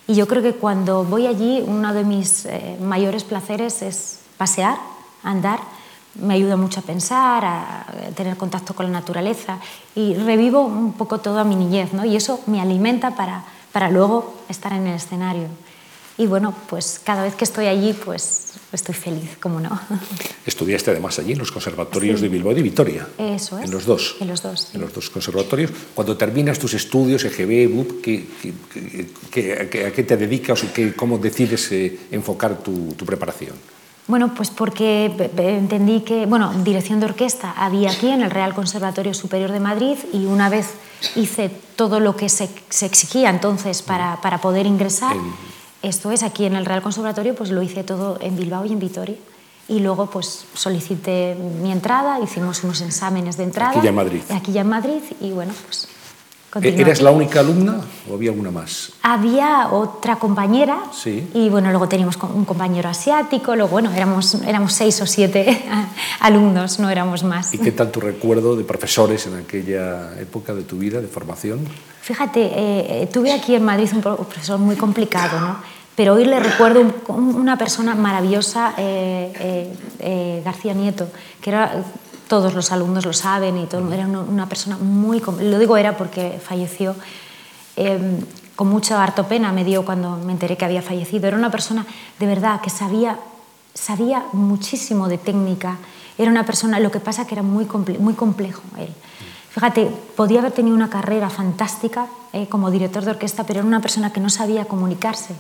Y yo creo que cuando voy allí, uno de mis eh, mayores placeres es pasear, andar. Me ayuda mucho a pensar, a tener contacto con la naturaleza y revivo un poco toda mi niñez, ¿no? Y eso me alimenta para, para luego estar en el escenario. Y bueno, pues cada vez que estoy allí, pues estoy feliz, ¿cómo no? Estudiaste además allí en los conservatorios sí. de Bilbao y de Vitoria. Eso es. En los dos. En los dos. Sí. En los dos conservatorios. Cuando terminas tus estudios, E G B, B U P, ¿qué, qué, qué, qué, ¿a qué te dedicas o qué, cómo decides eh, enfocar tu, tu preparación? Bueno, pues porque entendí que, bueno, dirección de orquesta había aquí en el Real Conservatorio Superior de Madrid y una vez hice todo lo que se, se exigía entonces para, para poder ingresar, el... esto es, aquí en el Real Conservatorio, pues lo hice todo en Bilbao y en Vitoria. Y luego pues solicité mi entrada, hicimos unos exámenes de entrada. Aquí ya en Madrid. Aquí ya en Madrid y bueno, pues... ¿Eras aquí. La única alumna o había alguna más? Había otra compañera sí. y bueno, luego teníamos un compañero asiático, luego bueno, éramos, éramos seis o siete alumnos, no éramos más. ¿Y qué tal tu recuerdo de profesores en aquella época de tu vida, de formación? Fíjate, eh, tuve aquí en Madrid un profesor muy complicado, ¿no? Pero hoy le recuerdo un, una persona maravillosa, eh, eh, eh, García Nieto, que era... Todos los alumnos lo saben y todo, era una, una persona muy... Lo digo era porque falleció. Eh, con mucha harto pena me dio cuando me enteré que había fallecido. Era una persona de verdad que sabía, sabía muchísimo de técnica. Era una persona, lo que pasa que era muy, comple muy complejo él. Fíjate, podía haber tenido una carrera fantástica eh, como director de orquesta, pero era una persona que no sabía comunicarse.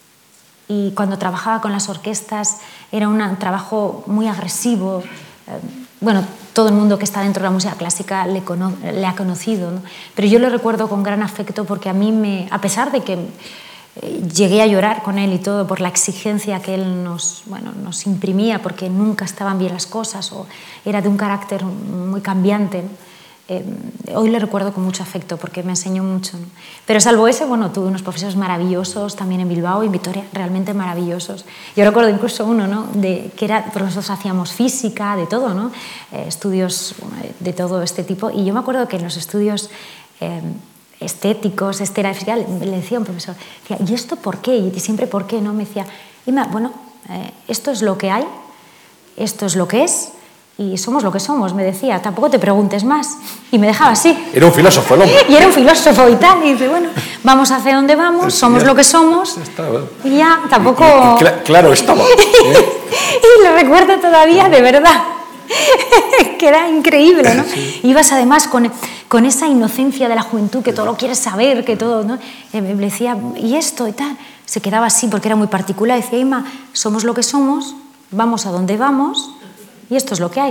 Y cuando trabajaba con las orquestas era un trabajo muy agresivo. Eh, bueno, todo el mundo que está dentro de la música clásica le, cono le ha conocido, ¿no? Pero yo le recuerdo con gran afecto porque a mí, me, a pesar de que eh, llegué a llorar con él y todo por la exigencia que él nos, bueno, nos imprimía porque nunca estaban bien las cosas o era de un carácter muy cambiante, ¿no? Eh, hoy le recuerdo con mucho afecto porque me enseñó mucho, ¿no? Pero salvo ese, bueno, tuve unos profesores maravillosos también en Bilbao y en Vitoria, realmente maravillosos. Yo recuerdo incluso uno, ¿no? de, que era, porque nosotros hacíamos física, de todo, ¿no? eh, estudios de todo este tipo, y yo me acuerdo que en los estudios eh, estéticos, este era física, le decía a un profesor, decía, ¿y esto por qué? Y siempre ¿por qué? ¿No? Me decía, Ima, bueno, eh, esto es lo que hay, esto es lo que es, y somos lo que somos, me decía, tampoco te preguntes más. Y me dejaba así. Era un filósofo el hombre. Y era un filósofo y tal. Y dice, bueno, vamos hacia donde vamos, somos lo que somos. Estaba. Y ya, tampoco... Y, y, cl claro, estaba. ¿eh? Y lo recuerdo todavía, de verdad. Que era increíble, ¿no? Sí. Ibas además con, con esa inocencia de la juventud, que todo lo quieres saber, que todo, ¿no? Y me decía, ¿y esto? Y tal. Se quedaba así porque era muy particular. Decía, Ima, somos lo que somos, vamos a donde vamos... Y esto es lo que hay.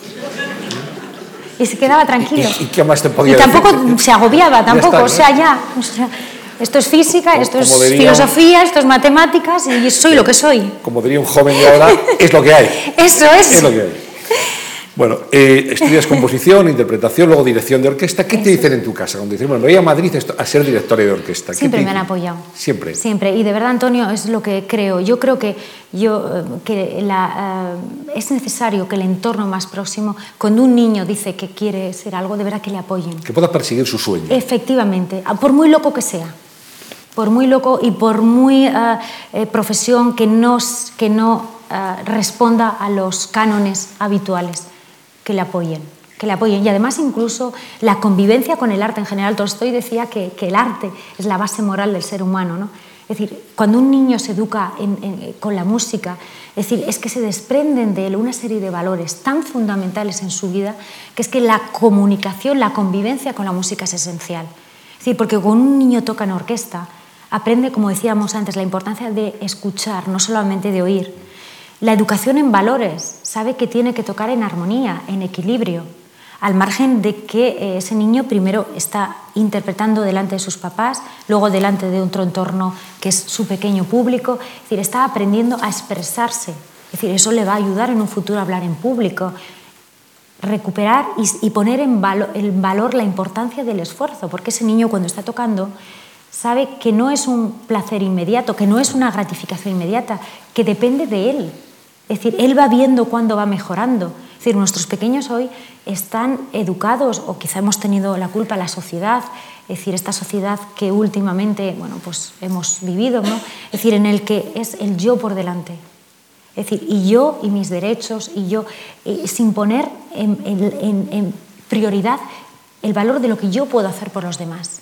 Y se quedaba tranquilo. ¿Y, y qué más te podía decir? Y tampoco decir? se agobiaba, tampoco. Está, o sea, ya. O sea, esto es física, esto es diría, filosofía, esto es matemáticas y soy lo que soy. Como diría un joven de ahora, es lo que hay. Eso es. Es lo que hay. Bueno, eh, estudias composición, interpretación, luego dirección de orquesta. ¿Qué Eso. te dicen en tu casa? Cuando dicen, bueno, voy a Madrid a ser directora de orquesta. Siempre ¿Qué me han apoyado. Siempre. Siempre. Y de verdad, Antonio, es lo que creo. Yo creo que, yo, que la, uh, es necesario que el entorno más próximo, cuando un niño dice que quiere ser algo, de verdad que le apoyen. Que pueda perseguir su sueño. Efectivamente, por muy loco que sea. Por muy loco y por muy uh, eh, profesión que no, que no uh, responda a los cánones habituales. Que le apoyen, que le apoyen. Y además incluso la convivencia con el arte en general. Tolstoy decía que, que el arte es la base moral del ser humano, ¿no? Es decir, cuando un niño se educa en, en, con la música, es decir, es que se desprenden de él una serie de valores tan fundamentales en su vida, que es que la comunicación, la convivencia con la música es esencial. Es decir, porque cuando un niño toca en orquesta, aprende, como decíamos antes, la importancia de escuchar, no solamente de oír. La educación en valores, sabe que tiene que tocar en armonía, en equilibrio, al margen de que ese niño primero está interpretando delante de sus papás, luego delante de otro entorno que es su pequeño público, es decir, está aprendiendo a expresarse, es decir, eso le va a ayudar en un futuro a hablar en público, recuperar y, y poner en, valo, en valor la importancia del esfuerzo, porque ese niño cuando está tocando sabe que no es un placer inmediato, que no es una gratificación inmediata, que depende de él. Es decir, él va viendo cuándo va mejorando. Es decir, nuestros pequeños hoy están educados, o quizá hemos tenido la culpa, la sociedad, es decir, esta sociedad que últimamente, bueno, pues hemos vivido, ¿no? Es decir, en el que es el yo por delante. Es decir, y yo y mis derechos, y yo, eh, sin poner en, en, en prioridad el valor de lo que yo puedo hacer por los demás.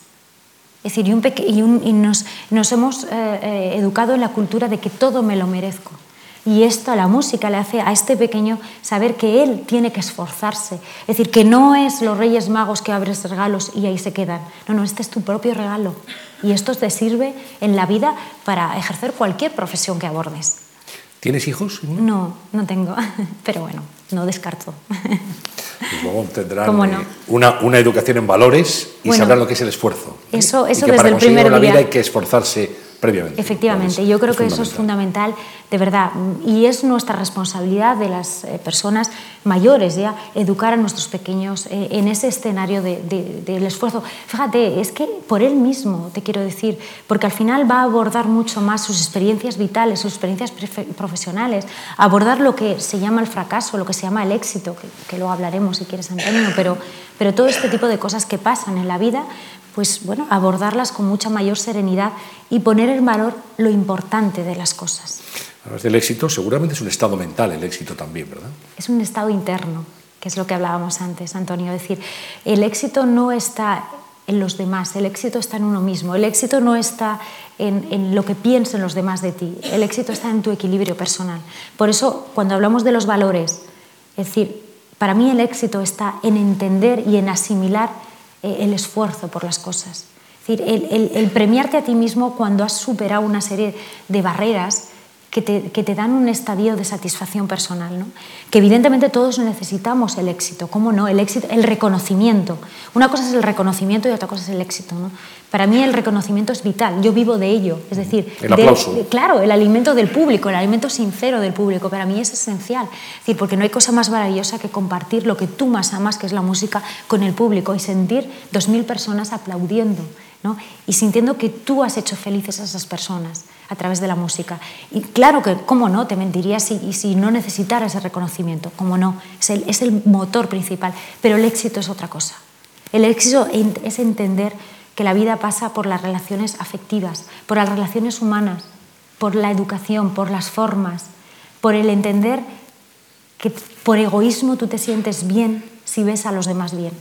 Es decir, y, un peque y, un, y nos, nos hemos eh, eh, educado en la cultura de que todo me lo merezco. Y esto a la música le hace a este pequeño saber que él tiene que esforzarse. Es decir, que no es los Reyes Magos que abres regalos y ahí se quedan. No, no, este es tu propio regalo. Y esto te sirve en la vida para ejercer cualquier profesión que abordes. ¿Tienes hijos? No, no tengo, pero bueno, no descarto. Pues luego tendrán ¿Cómo no? eh, una, una educación en valores y bueno, sabrán lo que es el esfuerzo. Eso, eso y que desde para el conseguirlo primer en la día. vida hay que esforzarse previamente. Efectivamente, yo creo que eso es fundamental, de verdad, y es nuestra responsabilidad de las eh, personas mayores ya educar a nuestros pequeños eh, en ese escenario de, de, del esfuerzo. Fíjate, es que por él mismo, te quiero decir, porque al final va a abordar mucho más sus experiencias vitales, sus experiencias profesionales, abordar lo que se llama el fracaso, lo que se llama el éxito, que, que luego hablaremos si quieres, Antonio, pero, pero todo este tipo de cosas que pasan en la vida, pues bueno, abordarlas con mucha mayor serenidad y poner en valor lo importante de las cosas. Hablas del éxito, seguramente es un estado mental el éxito también, ¿verdad? Es un estado interno, que es lo que hablábamos antes, Antonio. Es decir, el éxito no está en los demás, el éxito está en uno mismo, el éxito no está en, en lo que piensen los demás de ti, el éxito está en tu equilibrio personal. Por eso, cuando hablamos de los valores, es decir, para mí el éxito está en entender y en asimilar el esfuerzo por las cosas. Es decir, el, el, el premiarte a ti mismo cuando has superado una serie de barreras que te, que te dan un estadio de satisfacción personal, ¿no? Que evidentemente todos necesitamos el éxito, ¿cómo no? El éxito, el reconocimiento. Una cosa es el reconocimiento y otra cosa es el éxito, ¿no? Para mí el reconocimiento es vital, yo vivo de ello, es decir, el aplauso. De, de, claro, el alimento del público, el alimento sincero del público, para mí es esencial. Es decir, porque no hay cosa más maravillosa que compartir lo que tú más amas, que es la música, con el público y sentir dos mil personas aplaudiendo, ¿no? Y sintiendo que tú has hecho felices a esas personas a través de la música. Y claro que, ¿cómo no? Te mentiría si, si no necesitara ese reconocimiento, ¿cómo no? Es el, es el motor principal, pero el éxito es otra cosa. El éxito es entender que la vida pasa por las relaciones afectivas, por las relaciones humanas, por la educación, por las formas, por el entender que por egoísmo tú te sientes bien si ves a los demás bien.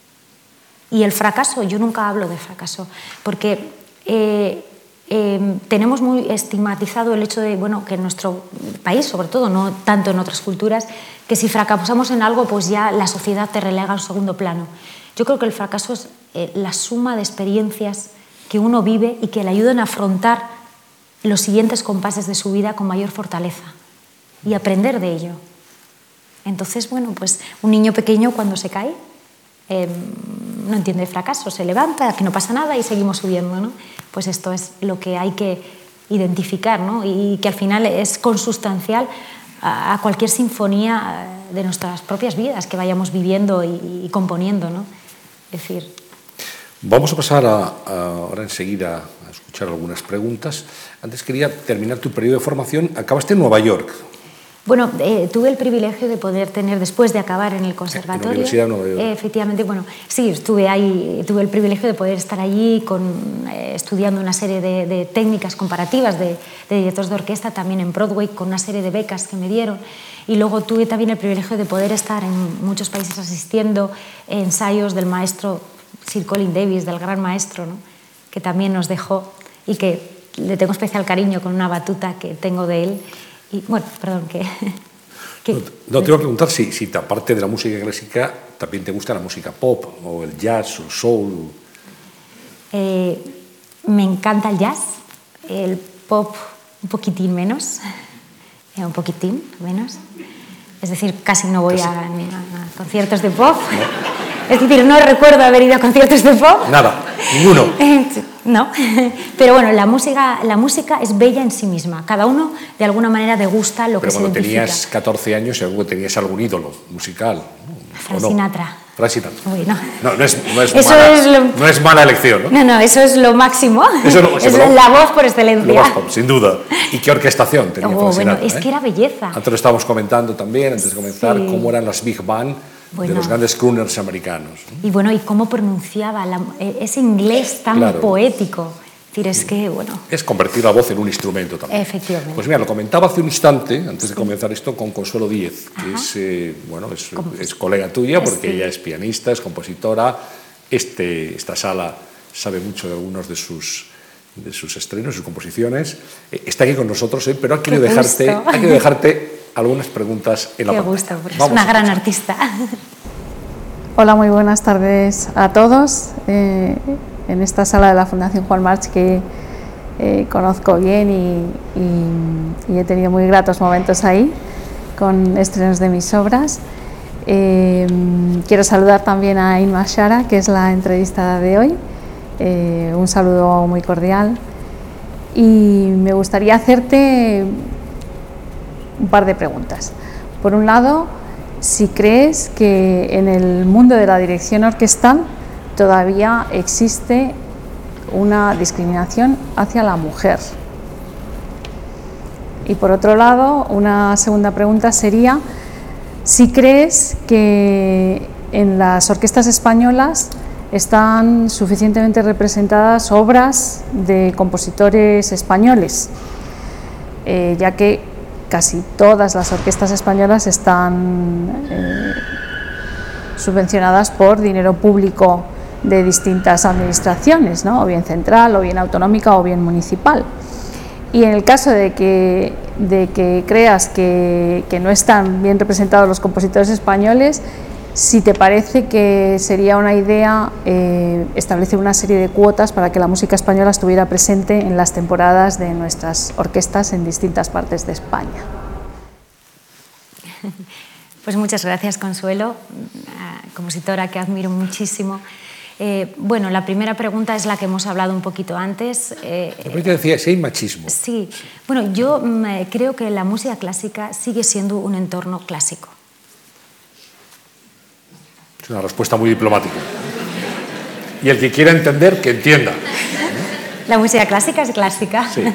Y el fracaso, yo nunca hablo de fracaso, porque eh, eh, tenemos muy estigmatizado el hecho de, bueno, que en nuestro país, sobre todo, no tanto en otras culturas, que si fracasamos en algo, pues ya la sociedad te relega a un segundo plano. Yo creo que el fracaso es eh, la suma de experiencias que uno vive y que le ayudan a afrontar los siguientes compases de su vida con mayor fortaleza y aprender de ello. Entonces, bueno, pues un niño pequeño cuando se cae eh, no entiende el fracaso, se levanta, que no pasa nada y seguimos subiendo, ¿no? Pues esto es lo que hay que identificar, ¿no? Y que al final es consustancial a cualquier sinfonía de nuestras propias vidas que vayamos viviendo y, y componiendo, ¿no? Es decir... Vamos a pasar a, a, ahora enseguida a escuchar algunas preguntas. Antes quería terminar tu periodo de formación. Acabaste en Nueva York. Bueno, eh, tuve el privilegio de poder tener, después de acabar en el conservatorio... En la Universidad de Nueva York. Eh, efectivamente, bueno, sí, estuve ahí, tuve el privilegio de poder estar allí con, eh, estudiando una serie de, de técnicas comparativas de, de directores de orquesta, también en Broadway, con una serie de becas que me dieron. Y luego tuve también el privilegio de poder estar en muchos países asistiendo a ensayos del maestro Sir Colin Davis, del gran maestro, ¿no? Que también nos dejó y que le tengo especial cariño con una batuta que tengo de él. Y bueno, perdón, que... que no, no, te iba a preguntar si, si aparte de la música clásica también te gusta la música pop o el jazz o soul. Eh, me encanta el jazz, el pop un poquitín menos, eh, un poquitín menos. Es decir, casi no voy a, a, a conciertos de pop. ¿No? Es decir, no recuerdo haber ido a conciertos de pop. Nada, ninguno. No, pero bueno, la música, la música es bella en sí misma. Cada uno, de alguna manera, degusta lo pero que se identifica. Pero cuando tenías catorce años, seguro que tenías algún ídolo musical. Frank Sinatra. Frank Sinatra. Uy, no. No, no es, no es, eso mala, es lo... no es mala elección, ¿no? No, no, eso es lo máximo. Eso es, lo máximo, es ¿no? la voz por excelencia. Lo más, sin duda. ¿Y qué orquestación tenía oh, Frank Sinatra? Bueno, es ¿eh? que era belleza. Antes lo estábamos comentando también, antes de comenzar, sí. cómo eran las big band bueno, de los grandes crooners americanos. Y bueno, ¿y cómo pronunciaba la, ese inglés tan claro. poético? Es decir, es que, bueno... Es convertir la voz en un instrumento también. Efectivamente. Pues mira, lo comentaba hace un instante, antes de comenzar esto, con Consuelo Díez, que es, eh, bueno, es, es colega tuya porque sí. ella es pianista, es compositora. Este, esta sala sabe mucho de algunos de sus, de sus estrenos, sus composiciones. Eh, está aquí con nosotros, eh, pero ha querido, dejarte, ha querido dejarte algunas preguntas en la Qué pantalla. gusto, porque es una gran artista. Hola, muy buenas tardes a todos. Eh, en esta sala de la Fundación Juan March que eh, conozco bien y, y, y he tenido muy gratos momentos ahí con estrenos de mis obras. Eh, quiero saludar también a Inma Shara, que es la entrevistada de hoy. Eh, un saludo muy cordial. Y me gustaría hacerte un par de preguntas. Por un lado, si crees que en el mundo de la dirección orquestal todavía existe una discriminación hacia la mujer. Y por otro lado, una segunda pregunta sería si crees que en las orquestas españolas están suficientemente representadas obras de compositores españoles, eh, ya que casi todas las orquestas españolas están eh, subvencionadas por dinero público de distintas administraciones, ¿no? O bien central, o bien autonómica, o bien municipal. Y en el caso de que, de que creas que, que no están bien representados los compositores españoles, si te parece que sería una idea eh, establecer una serie de cuotas para que la música española estuviera presente en las temporadas de nuestras orquestas en distintas partes de España. Pues muchas gracias, Consuelo, compositora que admiro muchísimo. Eh, bueno, la primera pregunta es la que hemos hablado un poquito antes. Eh, te decía, si hay machismo. Sí. Bueno, yo mm, creo que la música clásica sigue siendo un entorno clásico. Es una respuesta muy diplomática. Y el que quiera entender, que entienda. La música clásica es clásica. Sí.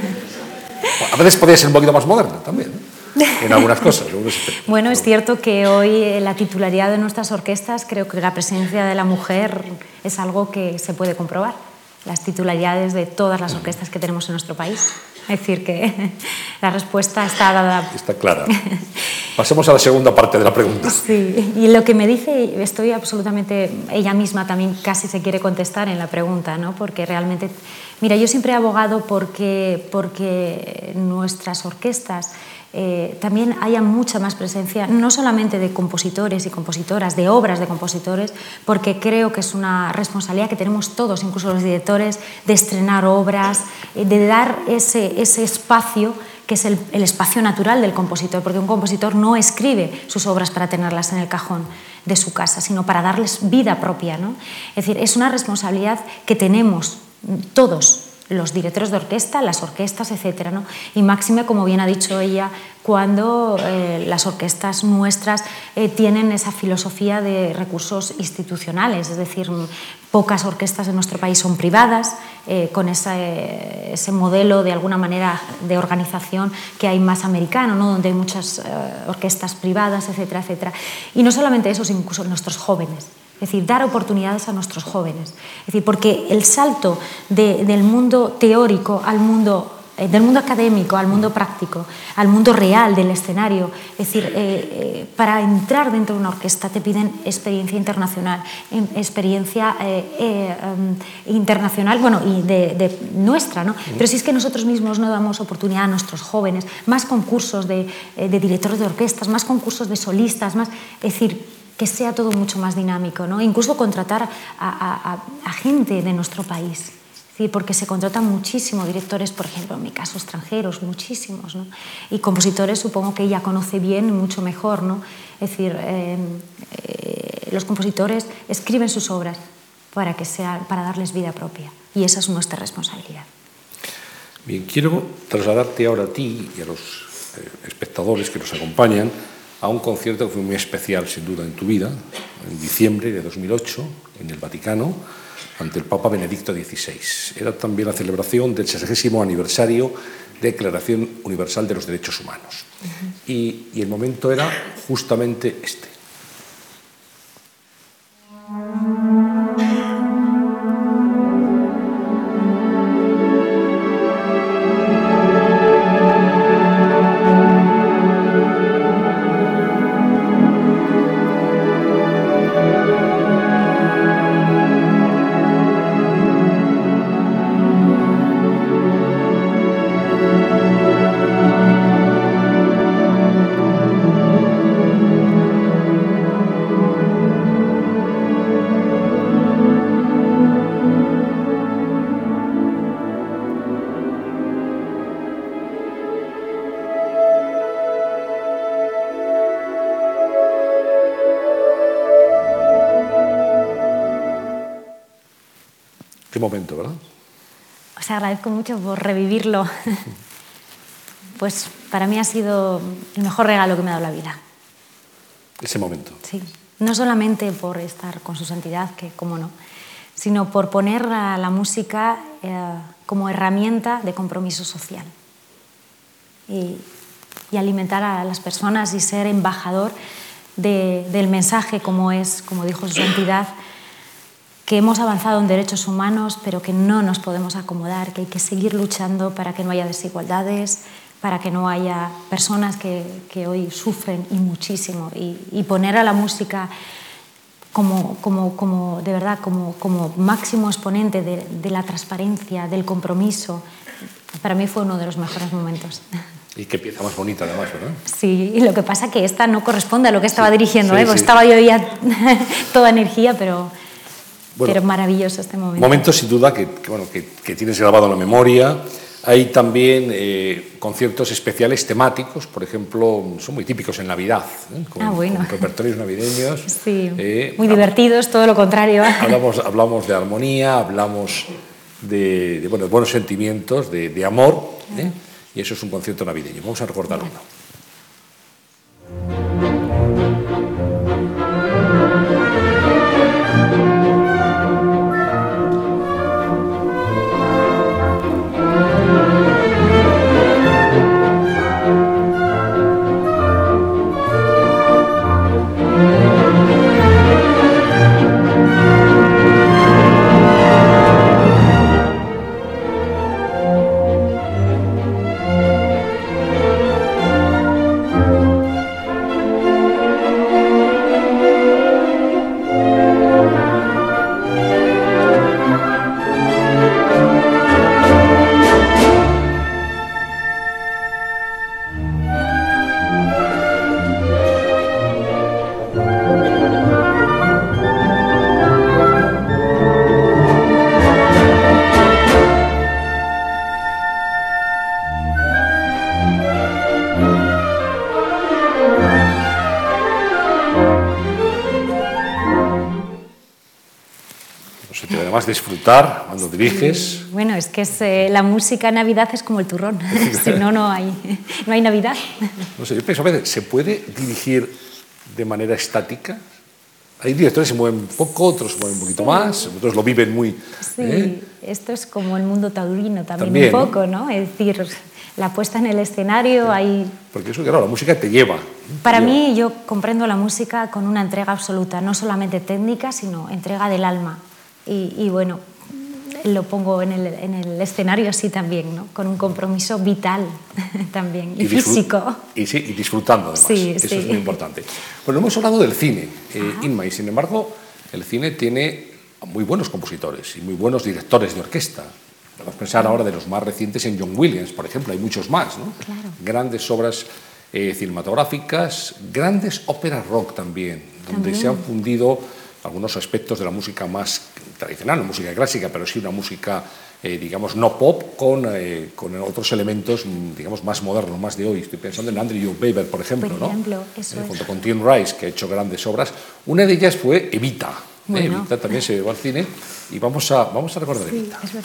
A veces podría ser un poquito más moderna también, ¿no? En algunas cosas. Bueno, es cierto que hoy la titularidad de nuestras orquestas, creo que la presencia de la mujer es algo que se puede comprobar. Las titularidades de todas las orquestas que tenemos en nuestro país. Es decir, que la respuesta está dada. Está clara. Pasemos a la segunda parte de la pregunta. Sí, y lo que me dice, estoy absolutamente, ella misma también casi se quiere contestar en la pregunta, ¿no? Porque realmente, mira, yo siempre he abogado porque, porque nuestras orquestas eh, también haya mucha más presencia, no solamente de compositores y compositoras, de obras de compositores, porque creo que es una responsabilidad que tenemos todos, incluso los directores, de estrenar obras, de dar ese, ese espacio que es el, el espacio natural del compositor, porque un compositor no escribe sus obras para tenerlas en el cajón de su casa, sino para darles vida propia, ¿no? Es decir, es una responsabilidad que tenemos todos, los directores de orquesta, las orquestas, etcétera, ¿no? Y máxime, como bien ha dicho ella, cuando eh, las orquestas nuestras eh, tienen esa filosofía de recursos institucionales, es decir, pocas orquestas en nuestro país son privadas, eh, con ese, ese modelo de alguna manera de organización que hay más americano, ¿no? Donde hay muchas eh, orquestas privadas, etcétera, etcétera. Y no solamente eso, sino incluso nuestros jóvenes. Es decir, dar oportunidades a nuestros jóvenes. Es decir, porque el salto de, del mundo teórico al mundo, eh, del mundo académico al mundo práctico, al mundo real del escenario, es decir, eh, eh, para entrar dentro de una orquesta te piden experiencia internacional, experiencia eh, eh, um, internacional, bueno, y de, de nuestra, ¿no? Pero si es que nosotros mismos no damos oportunidad a nuestros jóvenes, más concursos de, de directores de orquestas, más concursos de solistas, más, es decir, que sea todo mucho más dinámico, ¿no? Incluso contratar a, a, a gente de nuestro país, ¿sí? Porque se contratan muchísimo directores, por ejemplo, en mi caso extranjeros, muchísimos, ¿no? Y compositores supongo que ella conoce bien, mucho mejor, ¿no? Es decir, eh, eh, los compositores escriben sus obras para, que sea, para darles vida propia y esa es nuestra responsabilidad. Bien, quiero trasladarte ahora a ti y a los eh, espectadores que nos acompañan a un concierto que fue muy especial, sin duda, en tu vida, en diciembre de dos mil ocho, en el Vaticano, ante el Papa Benedicto dieciséis. Era también la celebración del sesagésimo aniversario de Declaración Universal de los Derechos Humanos. Uh-huh. y, y el momento era justamente este. momento, ¿verdad? Os agradezco mucho por revivirlo. Pues para mí ha sido el mejor regalo que me ha dado la vida. Ese momento. Sí, no solamente por estar con su santidad, que cómo no, sino por poner a la música eh, como herramienta de compromiso social y, y alimentar a las personas y ser embajador de, del mensaje, como es, como dijo su santidad, que hemos avanzado en derechos humanos, pero que no nos podemos acomodar, que hay que seguir luchando para que no haya desigualdades, para que no haya personas que, que hoy sufren y muchísimo, y, y poner a la música como, como, como de verdad, como, como máximo exponente de, de la transparencia, del compromiso, para mí fue uno de los mejores momentos. Y qué pieza más bonita además, ¿verdad? Sí, y lo que pasa es que esta no corresponde a lo que estaba sí, dirigiendo, sí, ¿eh? Porque sí. estaba yo ya toda energía, pero, bueno, pero maravilloso este momento. Momento sin duda que, que, bueno, que, que tienes grabado en la memoria. Hay también eh, conciertos especiales temáticos, por ejemplo, son muy típicos en Navidad, ¿eh? con, ah, bueno. con repertorios navideños. Sí, eh, muy divertidos, todo lo contrario. Hablamos, hablamos de armonía, hablamos de, de, bueno, de buenos sentimientos, de, de amor, ¿eh? Y eso es un concierto navideño. Vamos a recordar uno. Disfrutar cuando diriges. Sí, bueno, es que es, eh, la música en Navidad es como el turrón, si no, no hay, no hay Navidad. No sé, yo pienso a veces, ¿se puede dirigir de manera estática? Hay directores que se mueven un poco, otros se mueven un poquito sí. más, otros lo viven muy... Sí, ¿eh? Esto es como el mundo taurino también, también un poco, ¿no? ¿no? Es decir, la puesta en el escenario, sí. hay... Porque eso, claro, la música te lleva. Para te mí, lleva. yo comprendo la música con una entrega absoluta, no solamente técnica, sino entrega del alma. Y, y bueno, lo pongo en el, en el escenario así también, ¿no? Con un compromiso vital también, y, y físico. Y, sí, y disfrutando además, sí, eso sí. es muy importante. Bueno, hemos hablado del cine, eh, Inma, y sin embargo el cine tiene muy buenos compositores y muy buenos directores de orquesta. Podemos pensar ahora de los más recientes en John Williams, por ejemplo, hay muchos más, ¿no? Claro. Grandes obras eh, cinematográficas, grandes óperas rock también, donde también. se han fundido algunos aspectos de la música más tradicional, no música clásica, pero sí una música, eh, digamos, no pop, con, eh, con otros elementos, digamos, más modernos, más de hoy. Estoy pensando en Andrew Lloyd Webber, por ejemplo, por ejemplo ¿no? eso eh, es. junto con Tim Rice, que ha hecho grandes obras. Una de ellas fue Evita. Bueno. ¿eh? Evita también se llevó al cine y vamos a, vamos a recordar sí, Evita. Es verdad.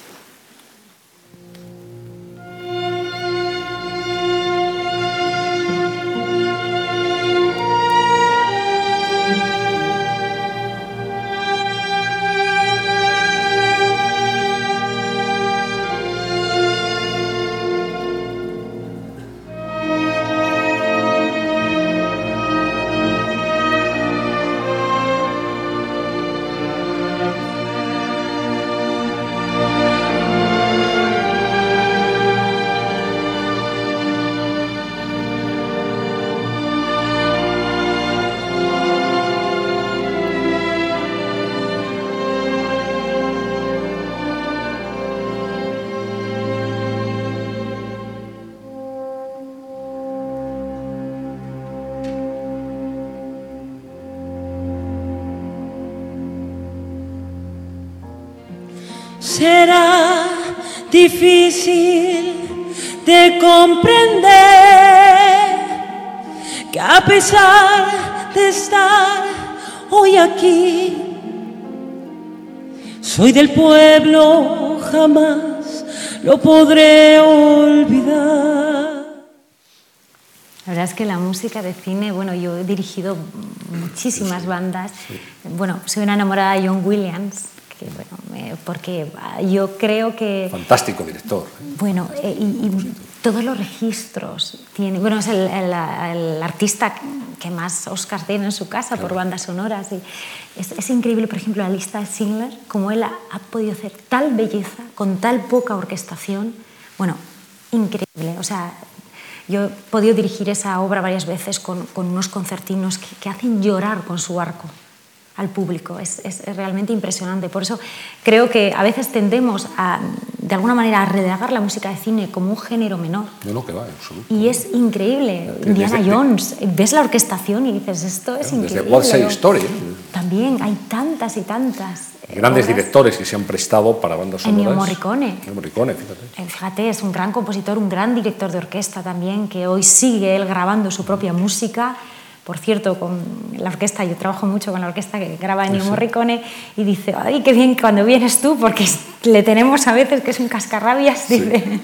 Será difícil de comprender que a pesar de estar hoy aquí, soy del pueblo, jamás lo podré olvidar. La verdad es que la música de cine, bueno, yo he dirigido muchísimas bandas. Bueno, soy una enamorada de John Williams, que, bueno, me, porque yo creo que... Fantástico director. Bueno, eh, y, y todos los registros tiene... Bueno, es el, el, el artista que más Oscars tiene en su casa, claro, por bandas sonoras. Y es, es increíble, por ejemplo, la lista de Schindler, cómo él ha, ha podido hacer tal belleza con tal poca orquestación. Bueno, increíble. O sea, yo he podido dirigir esa obra varias veces con, con unos concertinos que, que hacen llorar con su arco al público. Es, es, es realmente impresionante. Por eso creo que a veces tendemos a, de alguna manera, a relegar la música de cine como un género menor. No, no, que va, absoluto. Y es increíble. Desde, Indiana Jones, ves la orquestación y dices, esto es desde increíble. Desde West Side Story. También hay tantas y tantas. Grandes obras. Directores que se han prestado para bandas sonoras. Ennio Morricone. Ennio Morricone, fíjate. Fíjate, es un gran compositor, un gran director de orquesta también, que hoy sigue él grabando su propia música. Por cierto, con la orquesta, yo trabajo mucho con la orquesta que graba Ennio sí. Morricone, y dice, ay, qué bien cuando vienes tú, porque le tenemos a veces que es un cascarrabias, sí. dice.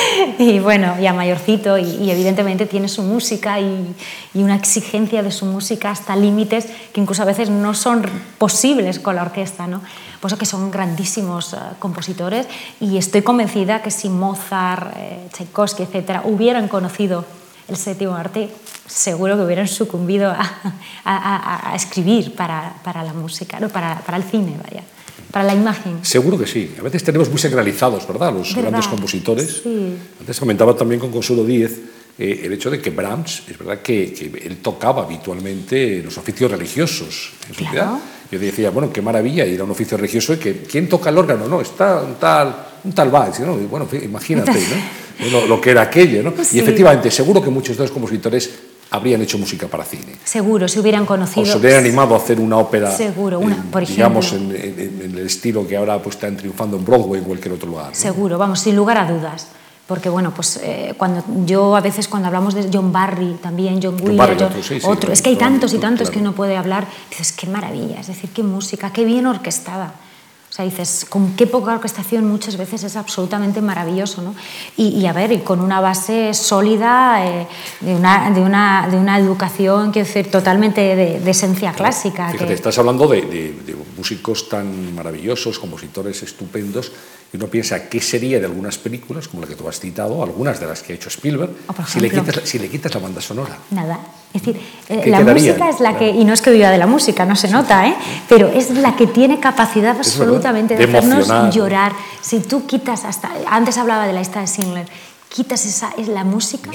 Y bueno, ya mayorcito, y, y evidentemente tiene su música y, y una exigencia de su música hasta límites que incluso a veces no son posibles con la orquesta, ¿no? Por eso que son grandísimos uh, compositores, y estoy convencida que si Mozart, eh, Tchaikovsky, etcétera, hubieran conocido el séptimo arte, seguro que hubieran sucumbido a, a, a, a escribir para, para la música, no, para, para el cine, vaya, para la imagen. Seguro que sí. A veces tenemos muy sacralizados, ¿verdad?, los ¿verdad? grandes compositores. Sí. Antes comentaba también con Consuelo Díez eh, el hecho de que Brahms, es verdad que, que él tocaba habitualmente los oficios religiosos. En claro. Realidad. Yo decía, bueno, qué maravilla ir a un oficio religioso y que ¿quién toca el órgano? No, está un tal, un tal Valls, ¿no? Y bueno, imagínate, ¿no? Lo, lo que era aquello, ¿no? Sí. Y efectivamente, seguro que muchos de los compositores habrían hecho música para cine. Seguro, si hubieran conocido... O se hubieran animado a hacer una ópera, seguro, una, en, por digamos, en, en, en el estilo que ahora pues, están triunfando en Broadway o en cualquier otro lugar, ¿no? Seguro, vamos, sin lugar a dudas. Porque, bueno, pues eh, cuando yo a veces cuando hablamos de John Barry, también John Williams, Barry, otro, sí, otro, sí, es que hay tantos y tantos claro. que uno puede hablar, dices, qué maravilla, es decir, qué música, qué bien orquestada. O sea, dices, con qué poca orquestación muchas veces es absolutamente maravilloso, ¿no? Y, y a ver, y con una base sólida, eh, de, una, de, una, de una educación, quiero decir, totalmente de, de esencia clásica. Fíjate, que... estás hablando de, de, de músicos tan maravillosos, compositores estupendos, y uno piensa qué sería de algunas películas, como la que tú has citado, algunas de las que ha hecho Spielberg, si le, quitas, si le quitas la banda sonora. Nada. Es decir, eh, la música es la que, y no es que viva de la música, no se nota, ¿eh? Pero es la que tiene capacidad absolutamente de, de hacernos emocionar. Llorar. Si tú quitas hasta, antes hablaba de la lista de Schindler, quitas esa, es la música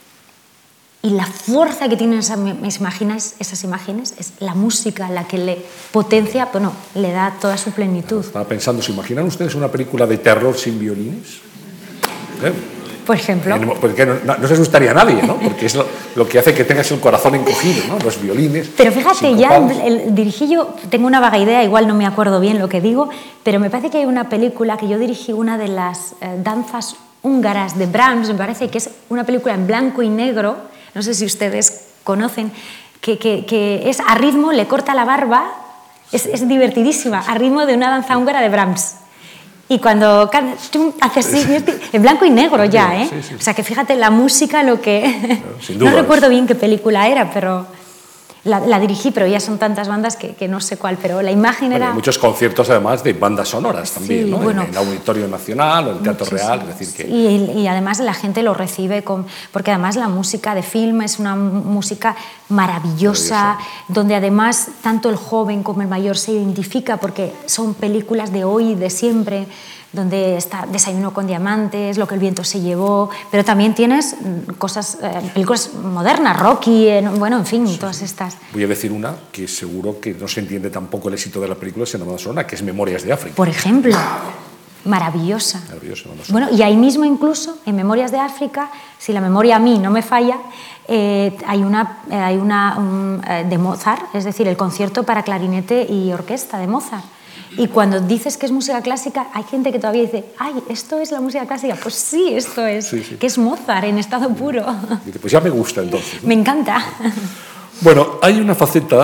y la fuerza que tienen esas imágenes, esas imágenes es la música la que le potencia, bueno, le da toda su plenitud. Estaba pensando, ¿se imaginan ustedes una película de terror sin violines? ¿Eh? Por ejemplo. Porque no, no, no se asustaría a nadie, ¿no? Porque es lo, lo que hace que tengas el corazón encogido, ¿no? Los violines. Pero fíjate, ya el, el dirigí yo, tengo una vaga idea, igual no me acuerdo bien lo que digo, pero me parece que hay una película que yo dirigí, una de las eh, danzas húngaras de Brahms, me parece que es una película en blanco y negro, no sé si ustedes conocen, que, que, que es a ritmo, le corta la barba, es, es divertidísima, a ritmo de una danza húngara de Brahms. Y cuando hace así, en blanco y negro ya, ¿eh? Sí, sí, sí. O sea, que fíjate la música, lo que... Claro, no recuerdo bien qué película era, pero la, la dirigí, pero ya son tantas bandas que, que no sé cuál, pero la imagen bueno, era... Hay muchos conciertos, además, de bandas sonoras también, sí, ¿no? Bueno, en el Auditorio Nacional o en el Teatro Real, es decir que... Y, y además la gente lo recibe, con, porque además la música de film es una música maravillosa, maravillosa, donde además tanto el joven como el mayor se identifica, porque son películas de hoy y de siempre, donde está Desayuno con diamantes, Lo que el viento se llevó, pero también tienes cosas, eh, películas modernas, Rocky, eh, bueno, en fin, sí, todas estas. Voy a decir una que seguro que no se entiende tampoco el éxito de la película sin la banda sonora, que es Memorias de África. Por ejemplo, maravillosa. Maravillosa banda sonora. Bueno, y ahí mismo incluso, en Memorias de África, si la memoria a mí no me falla, eh, hay una, eh, hay una un, eh, de Mozart, es decir, el concierto para clarinete y orquesta de Mozart. Y cuando dices que es música clásica, hay gente que todavía dice, ay, ¿esto es la música clásica? Pues sí, esto es, sí, sí. que es Mozart en estado puro. Pues ya me gusta entonces, ¿no? Me encanta. Bueno, hay una faceta,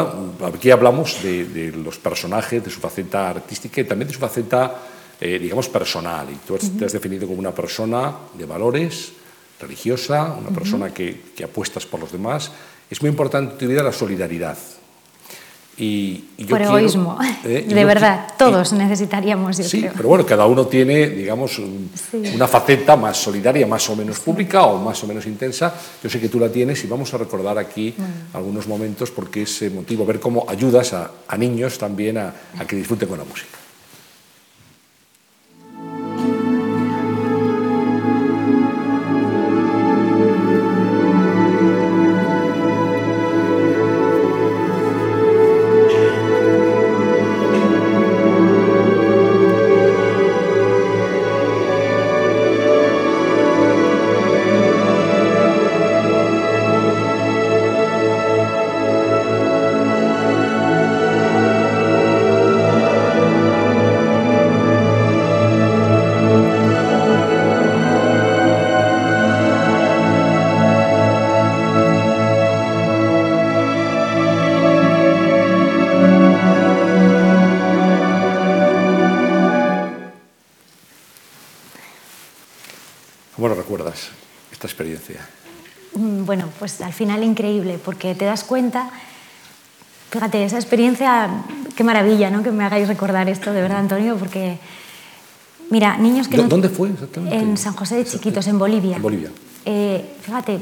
aquí hablamos de, de los personajes, de su faceta artística y también de su faceta, eh, digamos, personal. Y tú uh-huh. te has definido como una persona de valores, religiosa, una uh-huh. persona que, que apuestas por los demás. Es muy importante en tu vida la solidaridad. Y, y yo por quiero, egoísmo, eh, de verdad, y, todos necesitaríamos, yo sí, creo. pero bueno, cada uno tiene, digamos, un, sí. una faceta más solidaria, más o menos pública o más o menos intensa. Yo sé que tú la tienes y vamos a recordar aquí bueno. algunos momentos porque es emotivo ver cómo ayudas a, a niños también a, a que disfruten con la música. ¿Cómo lo recuerdas, esta experiencia? Bueno, pues al final increíble, porque te das cuenta, fíjate, esa experiencia, qué maravilla, ¿no? Que me hagáis recordar esto, de verdad, Antonio, porque, mira, niños que... ¿Dónde no, fue exactamente? En San José de Chiquitos, en Bolivia. En Bolivia. Eh, fíjate,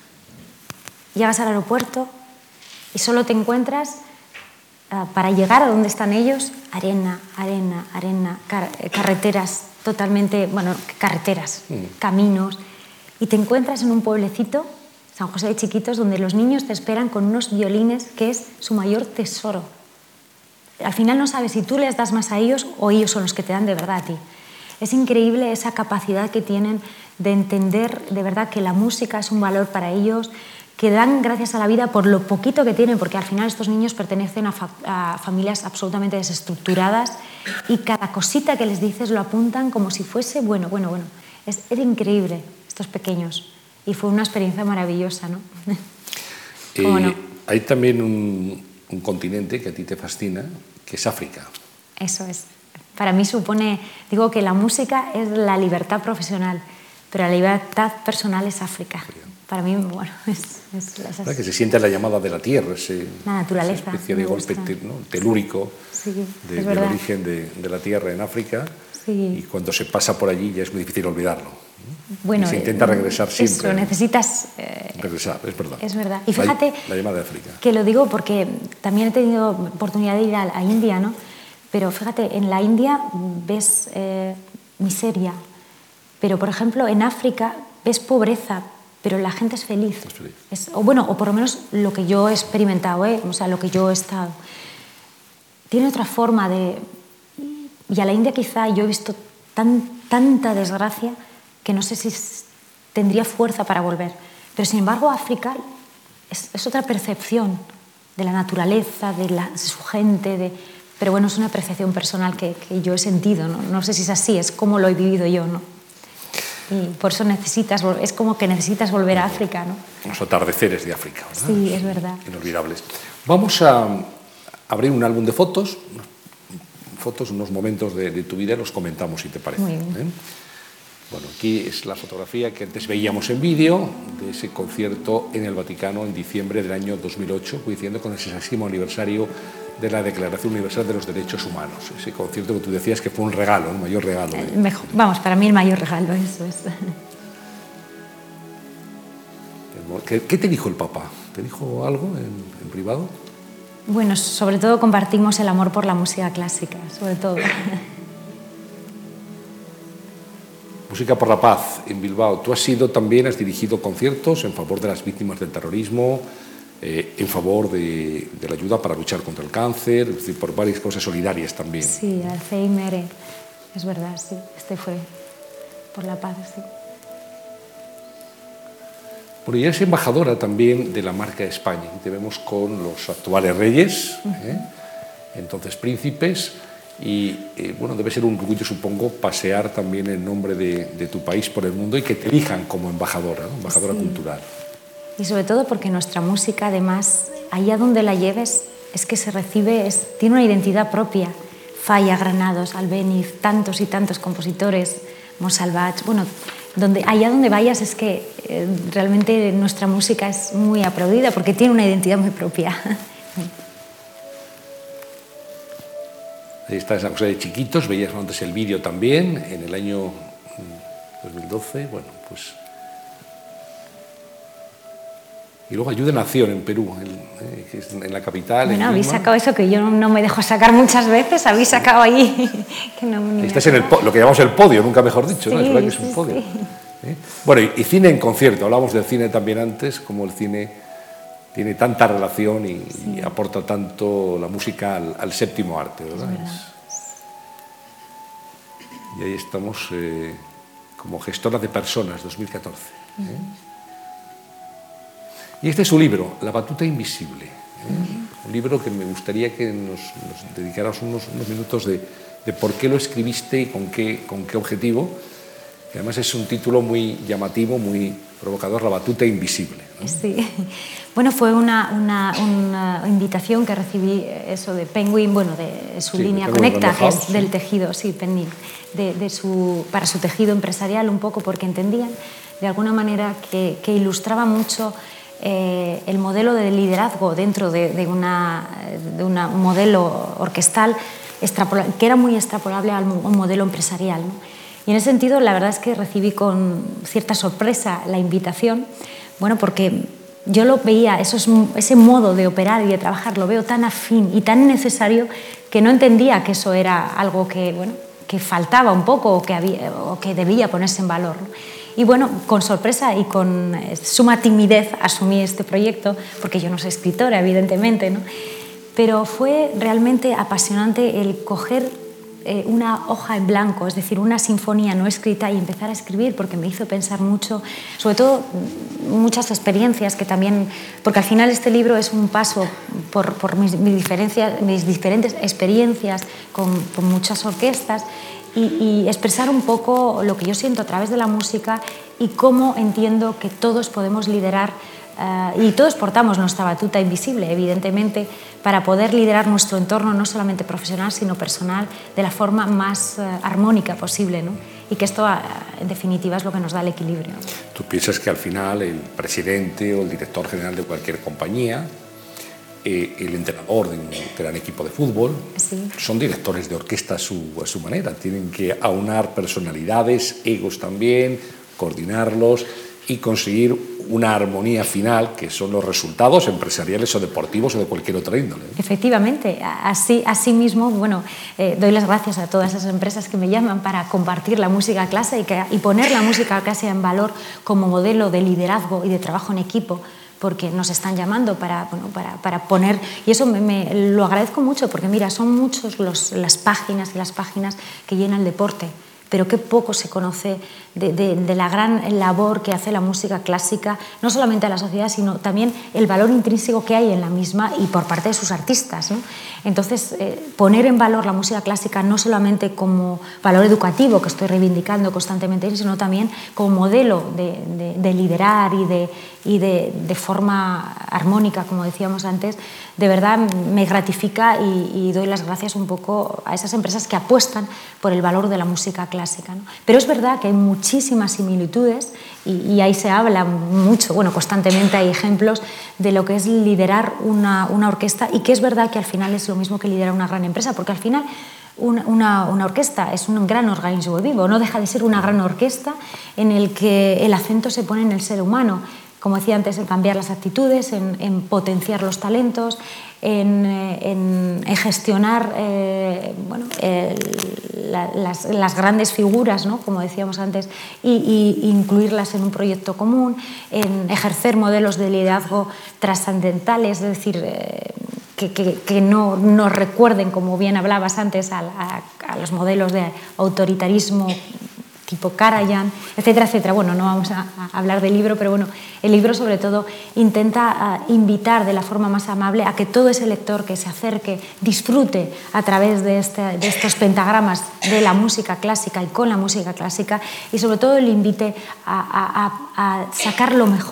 llegas al aeropuerto y solo te encuentras, uh, para llegar a donde están ellos, arena, arena, arena, car carreteras totalmente, bueno, carreteras, mm. caminos, y te encuentras en un pueblecito, San José de Chiquitos, donde los niños te esperan con unos violines que es su mayor tesoro. Al final no sabes si tú les das más a ellos o ellos son los que te dan de verdad a ti. Es increíble esa capacidad que tienen de entender de verdad que la música es un valor para ellos, que dan gracias a la vida por lo poquito que tienen, porque al final estos niños pertenecen a, fa a familias absolutamente desestructuradas y cada cosita que les dices lo apuntan como si fuese bueno, bueno, bueno. Es, es increíble, estos pequeños. Y fue una experiencia maravillosa, ¿no? ¿Cómo eh, no? Hay también un, un continente que a ti te fascina, que es África. Eso es. Para mí supone, digo que la música es la libertad profesional, pero la libertad personal es África. Sí. Para mí, bueno, es... es, es así. Que se siente la llamada de la tierra, ese, la naturaleza, esa especie de golpe te, ¿no? telúrico sí, de, del origen de, de la tierra en África. Sí. Y cuando se pasa por allí ya es muy difícil olvidarlo. Bueno, y se intenta regresar siempre. Eso, necesitas... Eh, regresar, es verdad. Es verdad. Y fíjate la, la llamada de África. Que lo digo porque también he tenido oportunidad de ir a, a India, ¿no? Pero fíjate, en la India ves eh, miseria, pero por ejemplo en África ves pobreza, pero la gente es feliz. Es feliz. Es, o bueno, o por lo menos lo que yo he experimentado, ¿eh? O sea, lo que yo he estado. Tiene otra forma de... Y a la India quizá yo he visto tan, tanta desgracia que no sé si tendría fuerza para volver. Pero sin embargo África es, es otra percepción de la naturaleza, de, la, de su gente, de... pero bueno, es una apreciación personal que, que yo he sentido, ¿no? No sé si es así, es como lo he vivido yo, ¿no? Y por eso necesitas, es como que necesitas volver a África, ¿no? Los atardeceres de África, ¿verdad? Sí, es verdad. Inolvidables. Vamos a abrir un álbum de fotos, fotos, unos momentos de, de tu vida, los comentamos, si te parece. Muy bien. ¿Eh? Bueno, aquí es la fotografía que antes veíamos en vídeo de ese concierto en el Vaticano en diciembre del año dos mil ocho, coincidiendo con el sexagésimo aniversario de la Declaración Universal de los Derechos Humanos. Ese concierto que tú decías que fue un regalo, el mayor regalo. El mejor, vamos, para mí el mayor regalo, eso es. ¿Qué, qué te dijo el Papa? ¿Te dijo algo en, en privado? Bueno, sobre todo compartimos el amor por la música clásica, sobre todo. Música por la Paz en Bilbao. Tú has sido también, has dirigido conciertos en favor de las víctimas del terrorismo, eh, en favor de, de la ayuda para luchar contra el cáncer, es decir, por varias cosas solidarias también. Sí, Alzheimer, es verdad, sí. Este fue por la paz, sí. Bueno, y eres embajadora también de la marca de España. Aquí te vemos con los actuales reyes, ¿eh? Entonces príncipes. Y eh, bueno, debe ser un orgullo, supongo, pasear también el nombre de, de tu país por el mundo y que te elijan como embajadora, ¿no? Embajadora sí. cultural. Y sobre todo porque nuestra música, además, allá donde la lleves, es que se recibe, es, tiene una identidad propia. Falla, Granados, Albéniz, tantos y tantos compositores, Monsalvat, bueno, donde, allá donde vayas es que eh, realmente nuestra música es muy aplaudida porque tiene una identidad muy propia. Ahí está esa cosa de chiquitos, veías antes el vídeo también, en el año dos mil doce, bueno, pues... Y luego Ayuda Nación en Perú, en, que es en la capital. Bueno, en habéis Lima. sacado eso que yo no me dejo sacar muchas veces, habéis sacado ahí. Que no, ni Estás en el, lo que llamamos el podio, nunca mejor dicho, sí, ¿no? Es verdad que es sí, un podio. Sí. ¿Eh? Bueno, y, y cine en concierto, hablábamos del cine también antes, como el cine tiene tanta relación y, sí. y aporta tanto la música al, al séptimo arte, ¿verdad? Es verdad. Y ahí estamos eh, como gestora de personas, dos mil catorce. ¿eh? Uh-huh. Y este es su libro, La batuta invisible. ¿eh? Uh-huh. Un libro que me gustaría que nos, nos dedicáramos unos, unos minutos de, de por qué lo escribiste y con qué, con qué objetivo. Que además es un título muy llamativo, muy provocador, La batuta invisible, ¿no? Sí. Bueno, fue una, una, una invitación que recibí, eso de Penguin, bueno, de su sí, línea de Conecta, que es sí. del tejido, sí, Penguin, de, de su, para su tejido empresarial un poco, porque entendían de alguna manera que, que ilustraba mucho eh, el modelo de liderazgo dentro de, de, una, de una, un modelo orquestal que era muy extrapolable a un modelo empresarial, ¿no? Y en ese sentido, la verdad es que recibí con cierta sorpresa la invitación, bueno, porque yo lo veía, eso es, ese modo de operar y de trabajar, lo veo tan afín y tan necesario que no entendía que eso era algo que, bueno, que faltaba un poco o que, había, o que debía ponerse en valor, ¿no? Y bueno, con sorpresa y con suma timidez asumí este proyecto, porque yo no soy escritora, evidentemente, ¿no? Pero fue realmente apasionante el coger una hoja en blanco, es decir, una sinfonía no escrita y empezar a escribir, porque me hizo pensar mucho, sobre todo muchas experiencias que también, porque al final este libro es un paso por, por mis, mis, diferencias, mis diferentes experiencias con, con muchas orquestas y, y expresar un poco lo que yo siento a través de la música y cómo entiendo que todos podemos liderar Uh, y todos portamos nuestra batuta invisible, evidentemente, para poder liderar nuestro entorno, no solamente profesional, sino personal, de la forma más uh, armónica posible, ¿no? Y que esto, uh, en definitiva, es lo que nos da el equilibrio. ¿Tú piensas que al final el presidente o el director general de cualquier compañía, eh, el entrenador de un gran equipo de fútbol, sí. son directores de orquesta a su, a su manera? Tienen que aunar personalidades, egos también, coordinarlos y conseguir una armonía final, que son los resultados empresariales o deportivos o de cualquier otra índole. Efectivamente, así, así mismo, bueno, eh, doy las gracias a todas esas empresas que me llaman para compartir la música clásica y, y poner la música clásica en valor como modelo de liderazgo y de trabajo en equipo, porque nos están llamando para, bueno, para, para poner, y eso me, me, lo agradezco mucho, porque mira, son muchos los, las páginas y las páginas que llenan el deporte, pero qué poco se conoce de, de, de la gran labor que hace la música clásica, no solamente a la sociedad, sino también el valor intrínseco que hay en la misma y por parte de sus artistas, ¿no? Entonces, eh, poner en valor la música clásica no solamente como valor educativo, que estoy reivindicando constantemente, sino también como modelo de, de, de liderar y, de, y de, de forma armónica, como decíamos antes, de verdad me gratifica y, y doy las gracias un poco a esas empresas que apuestan por el valor de la música clásica, ¿no? Pero es verdad que hay muchísimas similitudes y, y ahí se habla mucho, bueno, constantemente hay ejemplos de lo que es liderar una, una orquesta y que es verdad que al final es lo mismo que liderar una gran empresa, porque al final una, una, una orquesta es un gran organismo vivo, no deja de ser una gran orquesta en el que el acento se pone en el ser humano. Como decía antes, en cambiar las actitudes, en, en potenciar los talentos, en, en, en gestionar eh, bueno, el, la, las, las grandes figuras, ¿no? Como decíamos antes, y, y incluirlas en un proyecto común, en ejercer modelos de liderazgo trascendentales, es decir, eh, que, que, que no nos recuerden, como bien hablabas antes, a, a, a los modelos de autoritarismo tipo Karajan, etcétera, etcétera. Bueno, no vamos a, a hablar del libro, pero bueno, el libro sobre todo intenta uh, invitar de la forma más amable a que todo ese lector que se acerque disfrute a través de, este, de estos pentagramas de la música clásica y con la música clásica y sobre todo le invite a, a, a sacar lo mejor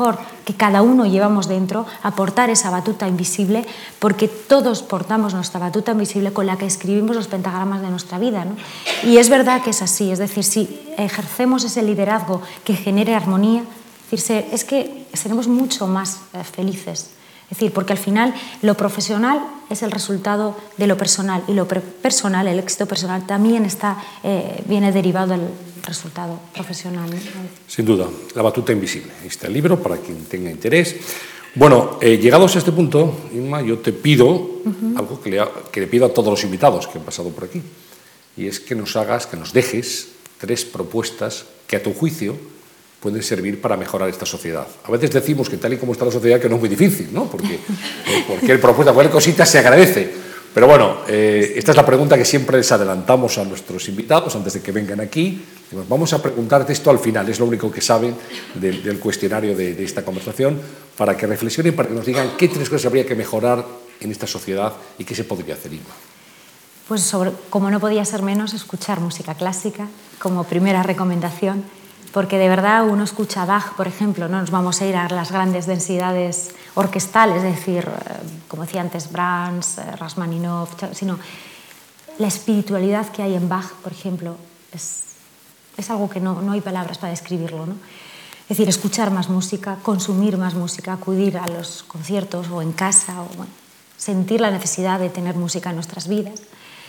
que cada uno llevamos dentro, aportar esa batuta invisible, porque todos portamos nuestra batuta invisible con la que escribimos los pentagramas de nuestra vida, ¿no? Y es verdad que es así, es decir, si ejercemos ese liderazgo que genere armonía, es decir, es que seremos mucho más felices. Es decir, porque al final lo profesional es el resultado de lo personal y lo personal, el éxito personal, también está, eh, viene derivado del resultado profesional, ¿no? Sin duda, la batuta invisible. Ahí está el libro para quien tenga interés. Bueno, eh, llegados a este punto, Inma, yo te pido uh-huh. algo que le, que le pido a todos los invitados que han pasado por aquí, y es que nos hagas, que nos dejes tres propuestas que a tu juicio pueden servir para mejorar esta sociedad. A veces decimos que tal y como está la sociedad que no es muy difícil, ¿no? Porque eh, cualquier propuesta, cualquier cosita se agradece. Pero bueno, eh, esta es la pregunta que siempre les adelantamos a nuestros invitados antes de que vengan aquí. Digamos, vamos a preguntarte esto al final, es lo único que saben del, del cuestionario de, de esta conversación, para que reflexionen, para que nos digan qué tres cosas habría que mejorar en esta sociedad y qué se podría hacer, Inma. Pues sobre, como no podía ser menos, escuchar música clásica como primera recomendación. Porque de verdad uno escucha Bach, por ejemplo, no nos vamos a ir a las grandes densidades orquestales, es decir, como decía antes, Brahms, Rachmaninoff, sino la espiritualidad que hay en Bach, por ejemplo, es, es algo que no, no hay palabras para describirlo, ¿no? Es decir, escuchar más música, consumir más música, acudir a los conciertos o en casa, o, bueno, sentir la necesidad de tener música en nuestras vidas.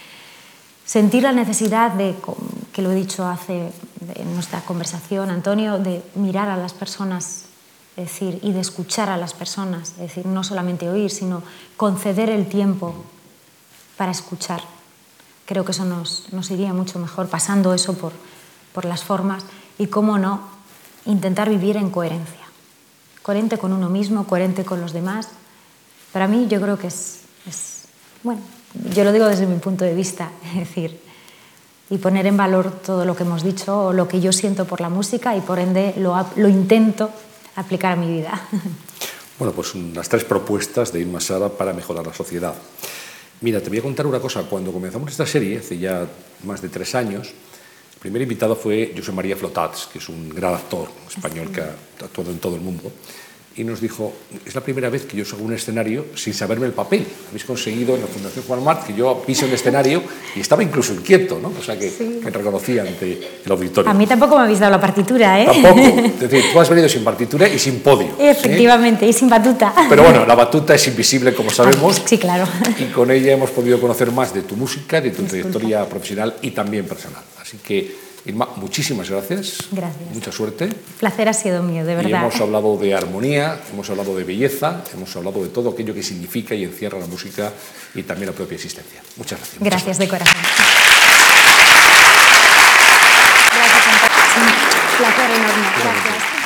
Sentir la necesidad de, que lo he dicho hace en nuestra conversación, Antonio, de mirar a las personas, es decir, y de escuchar a las personas, es decir, no solamente oír, sino conceder el tiempo para escuchar. Creo que eso nos, nos iría mucho mejor, pasando eso por, por las formas y, cómo no, intentar vivir en coherencia. Coherente con uno mismo, coherente con los demás. Para mí yo creo que es, es bueno, yo lo digo desde mi punto de vista, es decir, y poner en valor todo lo que hemos dicho, o lo que yo siento por la música, y por ende lo, lo intento aplicar a mi vida. Bueno, pues las tres propuestas de Inma Sara para mejorar la sociedad. Mira, te voy a contar una cosa. Cuando comenzamos esta serie, hace ya más de tres años, el primer invitado fue José María Flotats, que es un gran actor español que ha actuado en todo el mundo. Y nos dijo, es la primera vez que yo salgo a un escenario sin saberme el papel. Habéis conseguido en la Fundación Juan March que yo pise un escenario y estaba incluso inquieto, ¿no? O sea, que sí. me reconocía ante el auditorio. A mí tampoco me habéis dado la partitura, ¿eh? Tampoco. Es decir, tú has venido sin partitura y sin podio. Efectivamente, ¿eh? Y sin batuta. Pero bueno, la batuta es invisible, como sabemos. Sí, claro. Y con ella hemos podido conocer más de tu música, de tu Disculpa. trayectoria profesional y también personal. Así que, Inma, muchísimas gracias. Gracias. Mucha suerte. El placer ha sido mío, de verdad. Y hemos hablado de armonía, hemos hablado de belleza, hemos hablado de todo aquello que significa y encierra la música y también la propia existencia. Muchas gracias. Gracias Muchas de corazón. Gracias, Antonio. Un placer enorme. Gracias.